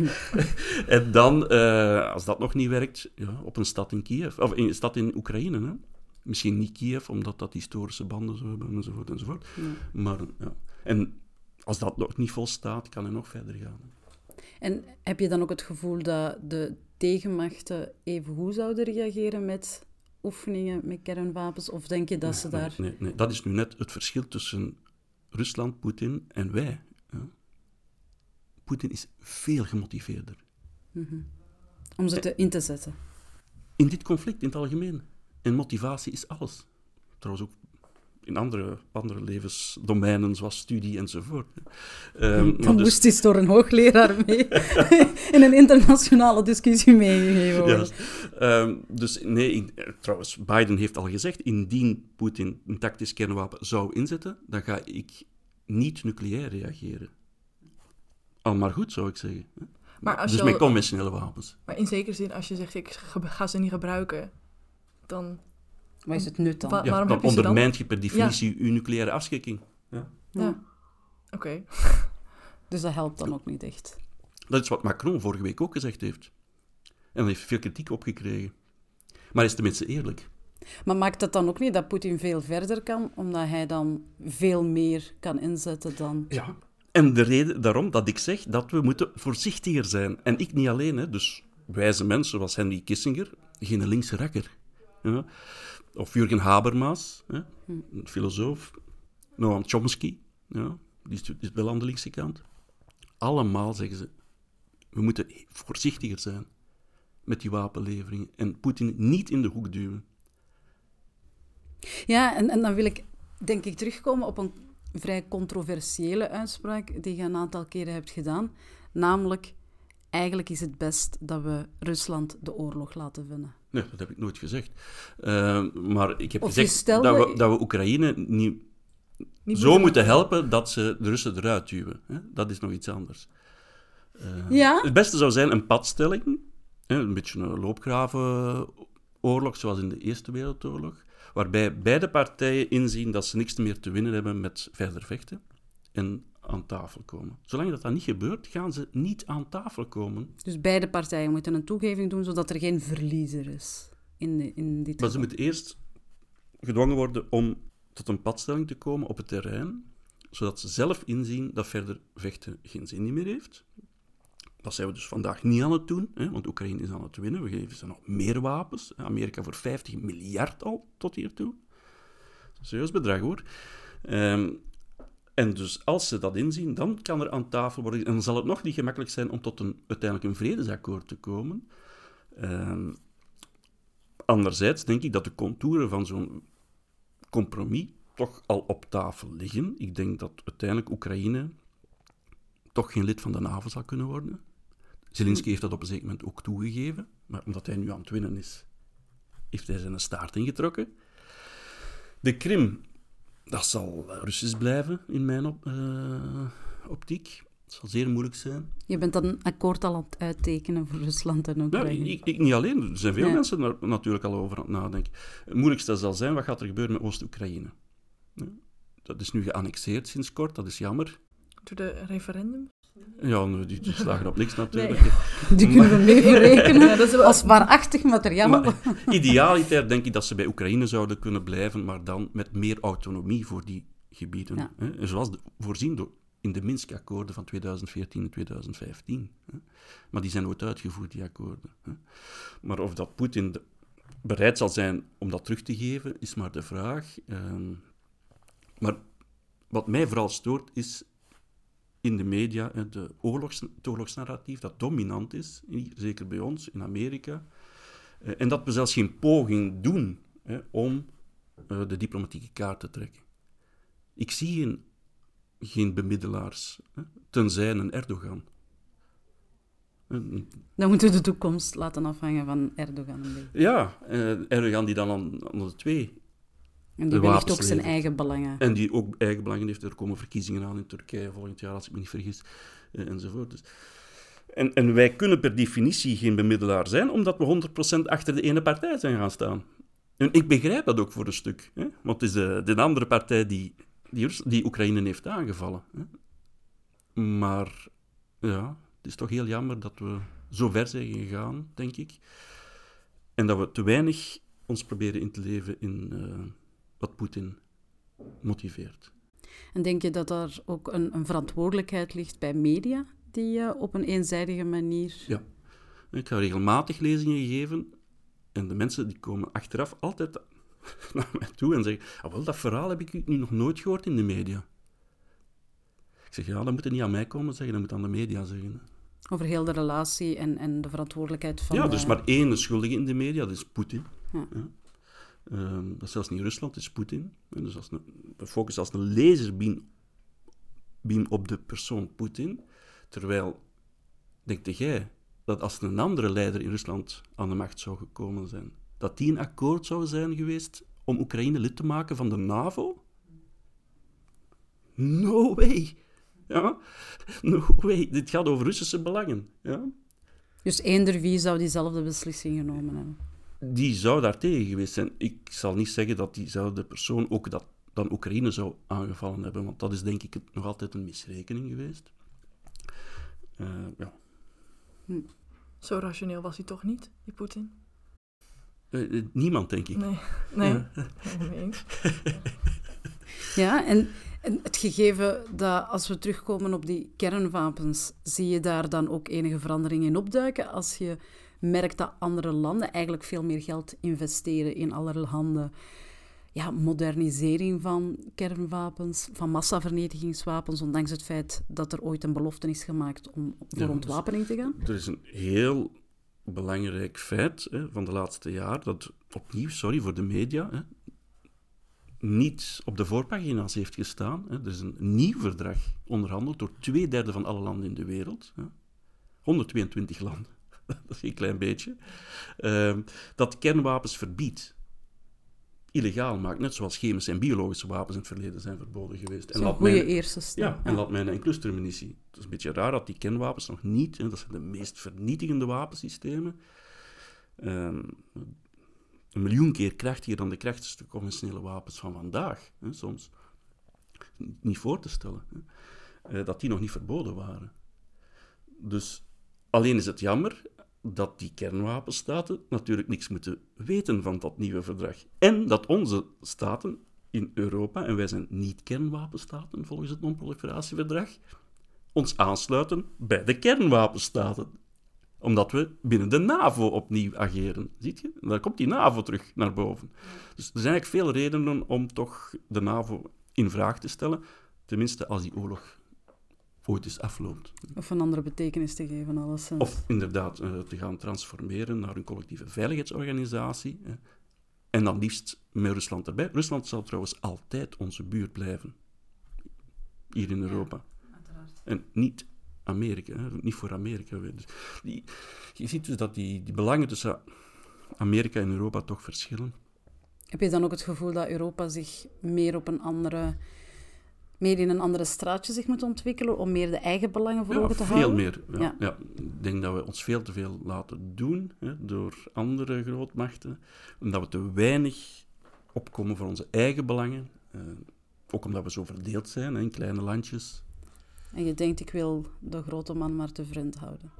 En dan, uh, als dat nog niet werkt, ja, op een stad in Kiev, of een stad in Oekraïne, hè? Misschien niet Kiev, omdat dat historische banden zo hebben, enzovoort, enzovoort. Ja. Maar, ja. En als dat nog niet volstaat, kan hij nog verder gaan. En heb je dan ook het gevoel dat de tegenmachten even goed zouden reageren met oefeningen met kernwapens? Of denk je dat nee, ze daar... Nee, nee, nee, dat is nu net het verschil tussen Rusland, Poetin en wij. Ja. Poetin is veel gemotiveerder. Mm-hmm. Om ze te, in te zetten. In dit conflict, in het algemeen. En motivatie is alles. Trouwens ook in andere, andere levensdomeinen, zoals studie enzovoort. Um, Dan dus... moest eens door een hoogleraar mee in een internationale discussie meegegeven worden. Ja, um, dus nee, in, trouwens, Biden heeft al gezegd, indien Poetin een tactisch kernwapen zou inzetten, dan ga ik niet nucleair reageren. Al maar goed, zou ik zeggen. Maar als dus je met al... conventionele wapens. Maar in zekere zin, als je zegt, ik ga ze niet gebruiken, dan... Wat is het nut dan? Wa- Ja, waarom dan heb je ze ondermijnt dan? je per definitie ja. uw nucleaire afschrikking. Ja, ja. oké. Okay. Dus dat helpt dan ook niet echt. Dat is wat Macron vorige week ook gezegd heeft. En daar heeft veel kritiek op gekregen. Maar hij is tenminste eerlijk. Maar maakt dat dan ook niet dat Poetin veel verder kan, omdat hij dan veel meer kan inzetten dan... Ja, en de reden daarom dat ik zeg dat we moeten voorzichtiger zijn. En ik niet alleen, hè. Dus wijze mensen zoals Henry Kissinger, geen linkse rakker. Ja. Of Jürgen Habermas, hè, een filosoof. Noam Chomsky, ja, die is wel aan de linkse kant. Allemaal zeggen ze, we moeten voorzichtiger zijn met die wapenleveringen en Poetin niet in de hoek duwen. Ja, en, en dan wil ik denk ik terugkomen op een vrij controversiële uitspraak die je een aantal keren hebt gedaan. Namelijk, eigenlijk is het best dat we Rusland de oorlog laten winnen. Nee, dat heb ik nooit gezegd. Uh, maar ik heb of gezegd stelde... dat, we, dat we Oekraïne niet, niet zo moeten helpen dat ze de Russen eruit duwen. Hè? Dat is nog iets anders. Uh, ja? Het beste zou zijn een padstelling. Hè? Een beetje een loopgravenoorlog, zoals in de Eerste Wereldoorlog. Waarbij beide partijen inzien dat ze niks meer te winnen hebben met verder vechten. En aan tafel komen. Zolang dat, dat niet gebeurt, gaan ze niet aan tafel komen. Dus beide partijen moeten een toegeving doen, zodat er geen verliezer is in, de, in dit geval. Maar ze moeten eerst gedwongen worden om tot een padstelling te komen op het terrein, zodat ze zelf inzien dat verder vechten geen zin meer heeft. Dat zijn we dus vandaag niet aan het doen, hè, want Oekraïne is aan het winnen. We geven ze nog meer wapens. Amerika voor vijftig miljard al tot hiertoe. Een serieus bedrag, hoor. Um, En dus als ze dat inzien, dan kan er aan tafel worden... En dan zal het nog niet gemakkelijk zijn om tot een, uiteindelijk een vredesakkoord te komen. Uh, anderzijds denk ik dat de contouren van zo'n compromis toch al op tafel liggen. Ik denk dat uiteindelijk Oekraïne toch geen lid van de NAVO zal kunnen worden. Zelensky heeft dat op een zeker moment ook toegegeven. Maar omdat hij nu aan het winnen is, heeft hij zijn staart ingetrokken. De Krim... Dat zal Russisch blijven, in mijn op, uh, optiek. Het zal zeer moeilijk zijn. Je bent dan een akkoord al aan het uittekenen voor Rusland en Oekraïne? Nou, ik, ik niet alleen. Er zijn veel ja. mensen er natuurlijk al over aan het nadenken. Het moeilijkste zal zijn, wat gaat er gebeuren met Oost-Oekraïne? Ja, dat is nu geannexeerd sinds kort, dat is jammer. Door de referendums? Ja, die, die slagen op niks natuurlijk. Nee. Die kunnen we mee verrekenen ja, dat is wel... als waarachtig materiaal. Maar, idealiter denk ik dat ze bij Oekraïne zouden kunnen blijven, maar dan met meer autonomie voor die gebieden. Ja. Hè? Zoals de, voorzien door, in de Minsk-akkoorden van tweeduizend veertien en tweeduizend vijftien. Hè? Maar die zijn nooit uitgevoerd, die akkoorden. Hè? Maar of dat Poetin de, bereid zal zijn om dat terug te geven, is maar de vraag. Um, maar wat mij vooral stoort, is in de media de oorlogs, het oorlogsnarratief dat dominant is, zeker bij ons, in Amerika. En dat we zelfs geen poging doen hè, om uh, de diplomatieke kaart te trekken. Ik zie geen, geen bemiddelaars, hè, tenzij een Erdogan. Dan moeten we de toekomst laten afhangen van Erdogan. Een beetje. Ja, uh, Erdogan die dan aan, aan de twee en die wellicht ook zijn eigen belangen. En die ook eigen belangen heeft. Er komen verkiezingen aan in Turkije volgend jaar, als ik me niet vergis, uh, enzovoort. Dus. En, en wij kunnen per definitie geen bemiddelaar zijn, omdat we honderd procent achter de ene partij zijn gaan staan. En ik begrijp dat ook voor een stuk. Hè? Want het is de, de andere partij die, die, die Oekraïne heeft aangevallen. Hè? Maar ja, het is toch heel jammer dat we zo ver zijn gegaan, denk ik. En dat we te weinig ons proberen in te leven in uh, wat Poetin motiveert. En denk je dat er ook een, een verantwoordelijkheid ligt bij media, die uh, op een eenzijdige manier... Ja, ik ga regelmatig lezingen geven en de mensen die komen achteraf altijd naar mij toe en zeggen, ah, wel, dat verhaal heb ik nu nog nooit gehoord in de media. Ik zeg, ja, dat moet je niet aan mij komen zeggen, dat moet aan de media zeggen. Over heel de relatie en, en de verantwoordelijkheid van... Ja, er de... is maar één schuldige in de media, dat is Poetin. Ja. Ja. Um, dat is zelfs niet Rusland, het is Poetin. Dus als een, we focussen als een laserbeam beam op de persoon Poetin. Terwijl, denk jij, dat als een andere leider in Rusland aan de macht zou gekomen zijn, dat die een akkoord zou zijn geweest om Oekraïne lid te maken van de NAVO? No way! Ja? No way. Dit gaat over Russische belangen. Ja? Dus eender wie zou diezelfde beslissing genomen hebben? Die zou daar tegen geweest zijn. Ik zal niet zeggen dat diezelfde persoon ook dat dan Oekraïne zou aangevallen hebben, want dat is denk ik nog altijd een misrekening geweest. Uh, ja. Hm. Zo rationeel was hij toch niet, die Poetin? Uh, niemand, denk ik. Nee, nee. Ja. Nee, niet eens. Ja, en, en het gegeven dat als we terugkomen op die kernwapens, zie je daar dan ook enige verandering in opduiken als je merkt dat andere landen eigenlijk veel meer geld investeren in allerhande ja, modernisering van kernwapens, van massavernietigingswapens, ondanks het feit dat er ooit een belofte is gemaakt om voor ja, ontwapening te gaan? Er is een heel belangrijk feit hè, van de laatste jaar, dat opnieuw, sorry voor de media, hè, niet op de voorpagina's heeft gestaan. Hè. Er is een nieuw verdrag onderhandeld door twee derde van alle landen in de wereld. Hè. honderdtweeëntwintig landen. Dat is een klein beetje. Uh, dat kernwapens verbiedt. Illegaal maakt, net zoals chemische en biologische wapens in het verleden zijn verboden geweest. Zo'n goede eerste stap. Ja, en ja. landmijnen en clustermunitie. Het is een beetje raar dat die kernwapens nog niet, hè, dat zijn de meest vernietigende wapensystemen, uh, een miljoen keer krachtiger dan de krachtigste conventionele wapens van vandaag, hè, soms. Niet voor te stellen. Hè, uh, dat die nog niet verboden waren. Dus alleen is het jammer dat die kernwapenstaten natuurlijk niks moeten weten van dat nieuwe verdrag. En dat onze staten in Europa, en wij zijn niet kernwapenstaten volgens het non-proliferatieverdrag, ons aansluiten bij de kernwapenstaten. Omdat we binnen de NAVO opnieuw ageren. Ziet je? Daar komt die NAVO terug naar boven. Dus er zijn eigenlijk veel redenen om toch de NAVO in vraag te stellen. Tenminste, als die oorlog ooit eens afloopt. Of een andere betekenis te geven, alleszins. Of inderdaad uh, te gaan transformeren naar een collectieve veiligheidsorganisatie. Hè. En dan liefst met Rusland erbij. Rusland zal trouwens altijd onze buurt blijven. Hier in Europa. Ja, uiteraard. En niet Amerika. Hè. Niet voor Amerika. Dus die, je ziet dus dat die, die belangen tussen Amerika en Europa toch verschillen. Heb je dan ook het gevoel dat Europa zich meer op een andere... meer in een andere straatje zich moet ontwikkelen om meer de eigen belangen voor ja, ogen te veel houden? Meer, ja, ja. Ja. Ik denk dat we ons veel te veel laten doen hè, door andere grootmachten. En dat we te weinig opkomen voor onze eigen belangen. Uh, ook omdat we zo verdeeld zijn hè, in kleine landjes. En je denkt, ik wil de grote man maar te vriend houden.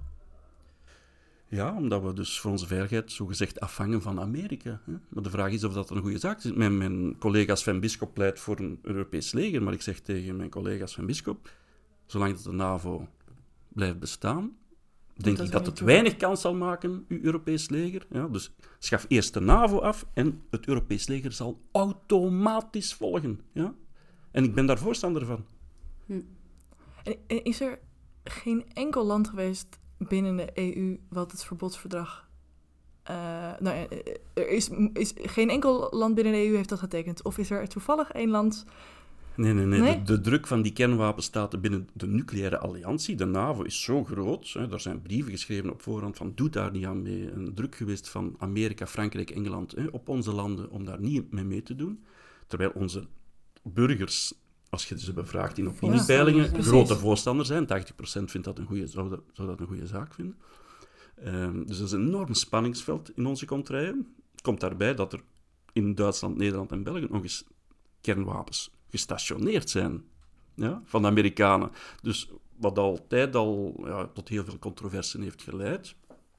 Ja, omdat we dus voor onze veiligheid zogezegd afhangen van Amerika. Hè? Maar de vraag is of dat een goede zaak is. Mijn, mijn collega Sven Bisschop pleit voor een Europees leger, maar ik zeg tegen mijn collega Sven Bisschop, zolang dat de NAVO blijft bestaan, denk dat ik dat het weinig kans zal maken, uw Europees leger. Ja, dus schaf eerst de NAVO af en het Europees leger zal automatisch volgen. Ja? En ik ben daar voorstander van. Hm. En is er geen enkel land geweest binnen de E U wat het verbodsverdrag... Uh, nou ja, er is, is geen enkel land binnen de E U heeft dat getekend. Of is er toevallig één land... Nee, nee, nee. nee? De, de druk van die kernwapenstaten binnen de nucleaire alliantie, de NAVO, is zo groot. Hè, er zijn brieven geschreven op voorhand van doe daar niet aan mee. Een druk geweest van Amerika, Frankrijk, Engeland hè, op onze landen om daar niet mee mee te doen. Terwijl onze burgers, als je ze bevraagt in opiniepeilingen, ja, grote voorstander zijn. tachtig procent vindt dat een goede, zou, dat, zou dat een goede zaak vinden. Um, dus dat is een enorm spanningsveld in onze contraien. Het komt daarbij dat er in Duitsland, Nederland en België nog eens kernwapens gestationeerd zijn, ja, van de Amerikanen. Dus wat altijd al ja, tot heel veel controversen heeft geleid.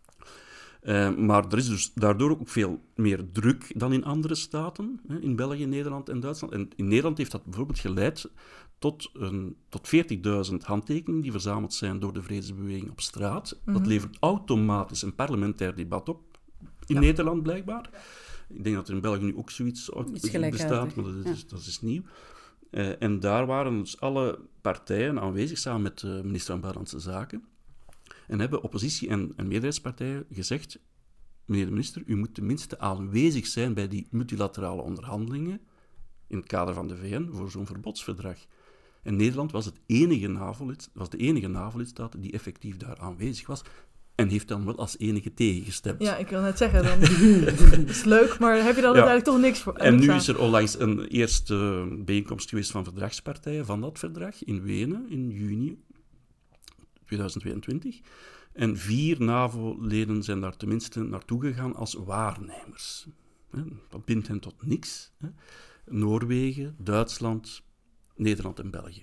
Uh, maar er is dus daardoor ook veel meer druk dan in andere staten, hè, in België, Nederland en Duitsland. En in Nederland heeft dat bijvoorbeeld geleid tot, een, tot veertigduizend handtekeningen die verzameld zijn door de vredesbeweging op straat. Mm-hmm. Dat levert automatisch een parlementair debat op, in ja. Nederland blijkbaar. Ik denk dat er in België nu ook zoiets bestaat, maar dat is, ja. dat is nieuw. Uh, en daar waren dus alle partijen aanwezig, samen met de minister van Buitenlandse Zaken, en hebben oppositie- en, en meerderheidspartijen gezegd, meneer de minister, u moet tenminste aanwezig zijn bij die multilaterale onderhandelingen in het kader van de V N voor zo'n verbodsverdrag. En Nederland was, het enige NAVO-lid, was de enige NAVO-lidstaat die effectief daar aanwezig was. En heeft dan wel als enige tegengestemd. Ja, ik wil net zeggen, dan dat is leuk, maar heb je dan ja. uiteindelijk toch niks voor? En nu aan. Is er onlangs een eerste bijeenkomst geweest van verdragspartijen van dat verdrag in Wenen in juni tweeduizend tweeëntwintig. En vier NAVO-leden zijn daar tenminste naartoe gegaan als waarnemers. Dat bindt hen tot niks. Noorwegen, Duitsland, Nederland en België.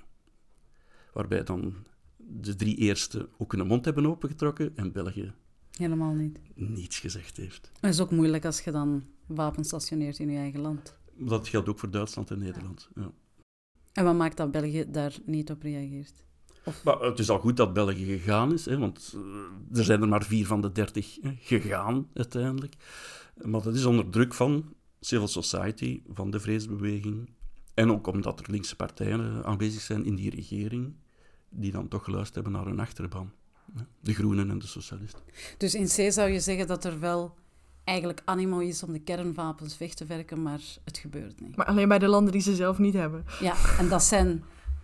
Waarbij dan de drie eerste ook hun mond hebben opengetrokken en België helemaal niet. Niets gezegd heeft. Het is ook moeilijk als je dan wapens stationeert in je eigen land. Dat geldt ook voor Duitsland en Nederland. Ja. Ja. En wat maakt dat België daar niet op reageert? Of... Maar het is al goed dat België gegaan is, hè, want uh, er zijn er maar vier van de dertig hè, gegaan uiteindelijk. Maar dat is onder druk van civil society, van de vredesbeweging. En ook omdat er linkse partijen uh, aanwezig zijn in die regering, die dan toch geluisterd hebben naar hun achterban. De Groenen en de Socialisten. Dus in C zou je zeggen dat er wel eigenlijk animo is om de kernwapens weg te werken, maar het gebeurt niet. Maar alleen bij de landen die ze zelf niet hebben. Ja, en dat zijn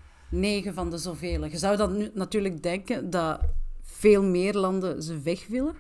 negen van de zoveel. Je zou dan nu natuurlijk denken dat veel meer landen ze weg willen.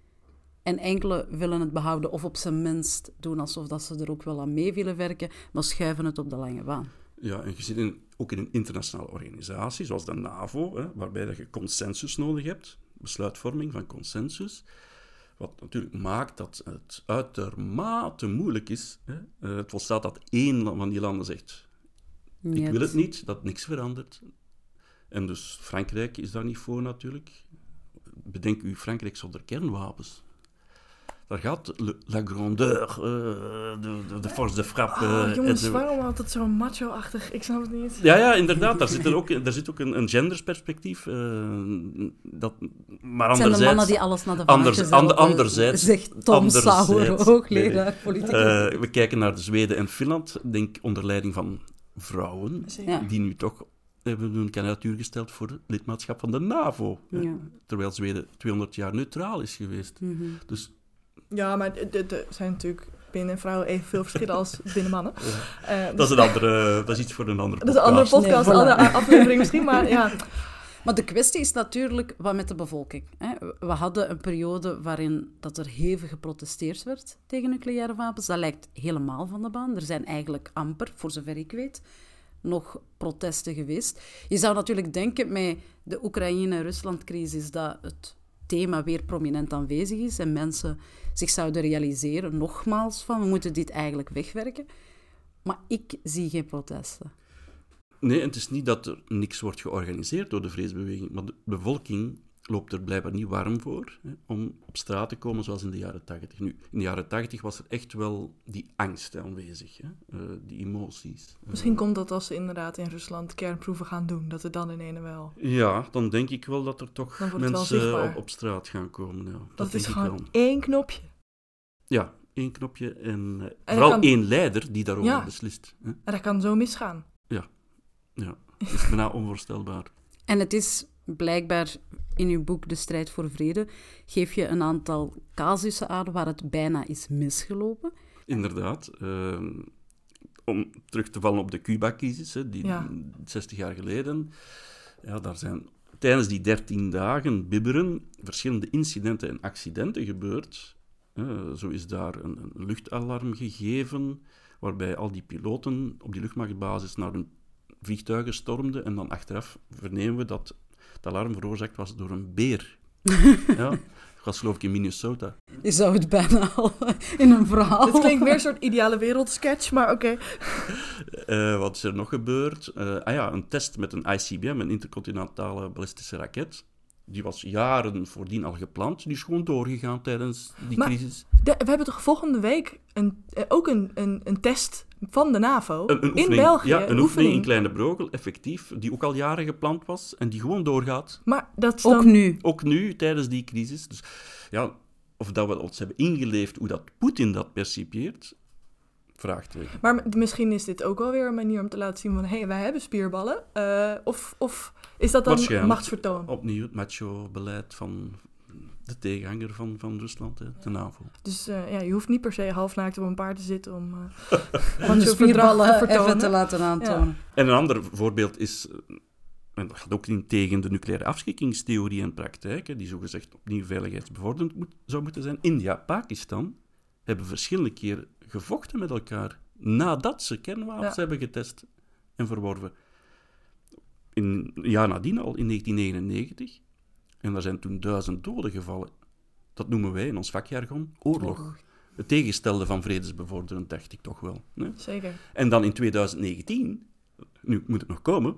En enkele willen het behouden of op zijn minst doen alsof dat ze er ook wel aan mee willen werken, maar schuiven het op de lange baan. Ja, en je zit in, ook in een internationale organisatie, zoals de NAVO, hè, waarbij dat je consensus nodig hebt, besluitvorming van consensus, wat natuurlijk maakt dat het uitermate moeilijk is. Hè. Uh, het volstaat dat één van die landen zegt, ik Niet. wil het niet, dat niks verandert. En dus Frankrijk is daar niet voor natuurlijk. Bedenk u, Frankrijk zonder kernwapens. Daar gaat le, la grandeur, uh, de, de, de force de frappe. Oh, uh, jongens, de... waarom altijd zo macho-achtig? Ik snap het niet. Ja, ja, inderdaad. Daar zit, er ook, daar zit ook een, een gendersperspectief. Uh, dat, maar het zijn de mannen die alles naar de vaartjes helpen, anderzijds, zegt Tom Sauer, hoogleraar nee, politicus. Uh, we kijken naar de Zweden en Finland, denk onder leiding van vrouwen, ja. die nu toch hebben hun kandidatuur gesteld voor lidmaatschap van de NAVO. Ja. Terwijl Zweden tweehonderd jaar neutraal is geweest. Mm-hmm. Dus... Ja, maar er zijn natuurlijk binnen vrouwen evenveel verschillen als binnen mannen. Ja. Uh, dat, is een andere, dat is iets voor een andere podcast. Dat is een andere podcast, nee, voilà. Andere aflevering misschien, maar ja. Maar de kwestie is natuurlijk wat met de bevolking. Hè? We hadden een periode waarin dat er hevig geprotesteerd werd tegen nucleaire wapens. Dat lijkt helemaal van de baan. Er zijn eigenlijk amper, voor zover ik weet, nog protesten geweest. Je zou natuurlijk denken met de Oekraïne-Rusland-crisis dat het thema weer prominent aanwezig is en mensen zich zouden realiseren, nogmaals, van we moeten dit eigenlijk wegwerken. Maar ik zie geen protesten. Nee, en het is niet dat er niks wordt georganiseerd door de vreesbeweging, maar de bevolking loopt er blijkbaar niet warm voor hè, om op straat te komen zoals in de jaren tachtig. Nu, in de jaren tachtig was er echt wel die angst aanwezig, hè, uh, die emoties. Misschien komt dat als ze inderdaad in Rusland kernproeven gaan doen, dat er dan in ene wel... Ja, dan denk ik wel dat er toch mensen op, op straat gaan komen. Ja, dat dat denk is ik gewoon wel. één knopje. Ja, één knopje en, uh, en vooral kan... één leider die daarover ja. beslist. Hè. En dat kan zo misgaan. Ja, ja. Dat is bijna onvoorstelbaar. En het is blijkbaar in uw boek De Strijd voor Vrede, geef je een aantal casussen aan waar het bijna is misgelopen. Inderdaad. Uh, om terug te vallen op de Cuba-crisis, hè, die ja. zestig jaar geleden. Ja, daar zijn tijdens die dertien dagen bibberen verschillende incidenten en accidenten gebeurd. Uh, zo is daar een, een luchtalarm gegeven, waarbij al die piloten op die luchtmachtbasis naar hun vliegtuigen stormden. En dan achteraf vernemen we dat het alarm veroorzaakt was door een beer. Ja, dat was geloof ik in Minnesota. Je zou het bijna al in een verhaal... Het klinkt meer een soort ideale wereldsketch, maar oké. Okay. Uh, wat is er nog gebeurd? Uh, ah ja, een test met een I C B M, een intercontinentale ballistische raket. Die was jaren voordien al gepland. Die is gewoon doorgegaan tijdens die maar crisis. De, we hebben toch volgende week een, uh, ook een, een, een test van de NAVO een, een in België. Ja, een, een oefening. oefening in Kleine Breugel, effectief. Die ook al jaren gepland was en die gewoon doorgaat. Maar dat is ook dan... nu. Ook nu, tijdens die crisis. Dus ja, of dat we ons hebben ingeleefd, hoe dat Poetin dat percipieert... Vraagteken. Maar misschien is dit ook wel weer een manier om te laten zien van... hé, hey, wij hebben spierballen. Uh, of, of is dat dan machtsvertoon? Opnieuw het macho-beleid van de tegenhanger van, van Rusland, hè, de NAVO. Dus uh, ja, je hoeft niet per se halfnaakt op een paard te zitten... om, uh, om de spierballen even te laten aantonen. Ja. En een ander voorbeeld is... en dat gaat ook in tegen de nucleaire afschrikkingstheorie en praktijken... die zogezegd opnieuw veiligheidsbevorderend moet, zou moeten zijn. India, Pakistan... hebben verschillende keren gevochten met elkaar nadat ze kernwapens ja. hebben getest en verworven. In een jaar nadien al, in negentien negenennegentig. En daar zijn toen duizend doden gevallen. Dat noemen wij in ons vakjargon oorlog. Oh. Het tegenstelde van vredesbevorderend, dacht ik toch wel. Nee? Zeker. En dan in twintig negentien, nu moet het nog komen,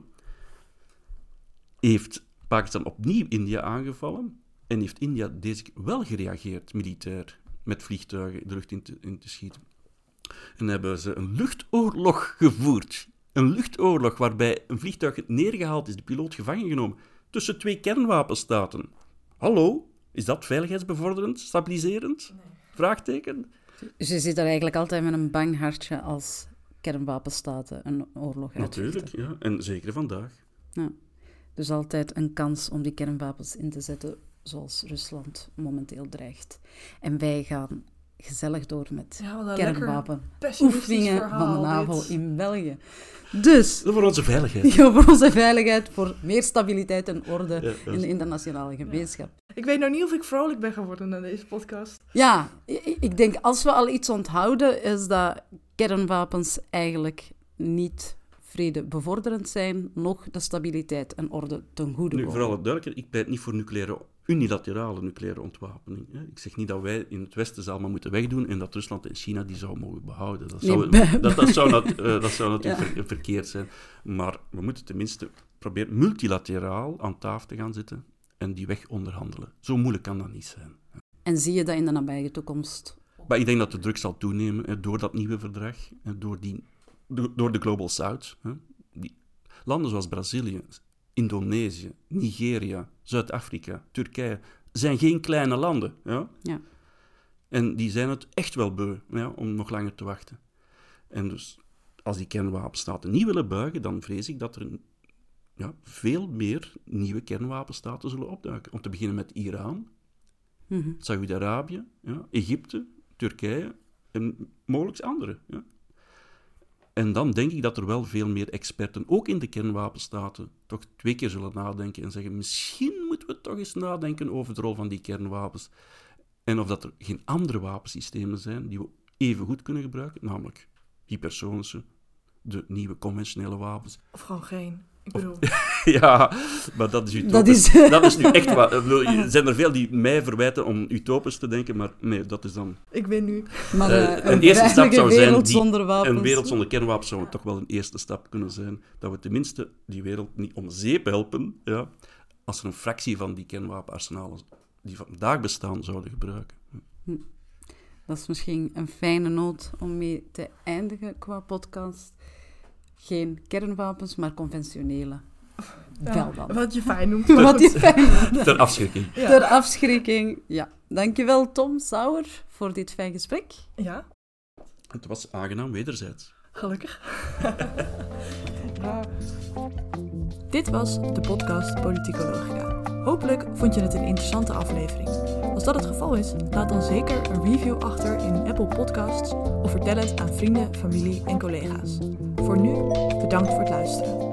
heeft Pakistan opnieuw India aangevallen en heeft India deze keer wel gereageerd militair met vliegtuigen de lucht in te, in te schieten. En hebben ze een luchtoorlog gevoerd. Een luchtoorlog waarbij een vliegtuig neergehaald is, de piloot gevangen genomen, tussen twee kernwapenstaten. Hallo? Is dat veiligheidsbevorderend, stabiliserend? Nee. Vraagteken? Dus je zit er eigenlijk altijd met een bang hartje als kernwapenstaten een oorlog uitvechten. Natuurlijk, ja. En zeker vandaag. Ja. Dus altijd een kans om die kernwapens in te zetten, zoals Rusland momenteel dreigt. En wij gaan gezellig door met ja, kernwapenoefeningen van de NAVO dit. in België. Dus... Voor onze veiligheid. Ja, voor onze veiligheid, voor meer stabiliteit en orde ja, in de internationale gemeenschap. Ja. Ik weet nou niet of ik vrolijk ben geworden na deze podcast. Ja, ik denk als we al iets onthouden, is dat kernwapens eigenlijk niet vredebevorderend zijn, nog de stabiliteit en orde ten goede komen. Nu, vooral het duidelijker, ik pleit niet voor nucleaire, unilaterale nucleaire ontwapening. Hè. Ik zeg niet dat wij in het Westen ze allemaal moeten wegdoen en dat Rusland en China die zou mogen behouden. Dat zou, nee, dat, dat zou, nat, uh, dat zou natuurlijk ja. ver, verkeerd zijn. Maar we moeten tenminste proberen multilateraal aan tafel te gaan zitten en die weg onderhandelen. Zo moeilijk kan dat niet zijn. En zie je dat in de nabije toekomst? Maar ik denk dat de druk zal toenemen hè, door dat nieuwe verdrag, hè, door die... Door de Global South. Hè. Die landen zoals Brazilië, Indonesië, Nigeria, Zuid-Afrika, Turkije, zijn geen kleine landen. Ja? Ja. En die zijn het echt wel beu ja, om nog langer te wachten. En dus, als die kernwapenstaten niet willen buigen, dan vrees ik dat er ja, veel meer nieuwe kernwapenstaten zullen opduiken. Om te beginnen met Iran, mm-hmm. Saudi-Arabië, ja, Egypte, Turkije en mogelijk andere. Ja. En dan denk ik dat er wel veel meer experten, ook in de kernwapenstaten, toch twee keer zullen nadenken en zeggen, misschien moeten we toch eens nadenken over de rol van die kernwapens. En of dat er geen andere wapensystemen zijn die we even goed kunnen gebruiken, namelijk hypersonische, de nieuwe conventionele wapens. Of gewoon geen. Ik bedoel... Ja, maar dat is utopisch. Dat is, dat is nu echt wat... Er zijn er veel die mij verwijten om utopisch te denken, maar nee, dat is dan... Ik ben nu... Maar Uh, uh, een eerste stap zou zijn... wereld Die, zonder wapens. een wereld zonder kernwapens zou toch wel een eerste stap kunnen zijn. Dat we tenminste die wereld niet om zeep helpen, ja, als er een fractie van die kernwapenarsenalen die vandaag bestaan zouden gebruiken. Hm. Dat is misschien een fijne noot om mee te eindigen qua podcast. Geen kernwapens, maar conventionele. Ja, Wel dan. wat je fijn noemt. Wat je fijn noemt. Ter afschrikking. Ja. Ter afschrikking, ja. Dankjewel Tom Sauer voor dit fijn gesprek. Ja, Het was aangenaam wederzijds. gelukkig. Ja. Dit was de podcast Politicologica. Hopelijk vond je het een interessante aflevering. Als dat het geval is, laat dan zeker een review achter in Apple Podcasts of vertel het aan vrienden, familie en collega's. Voor nu, bedankt voor het luisteren.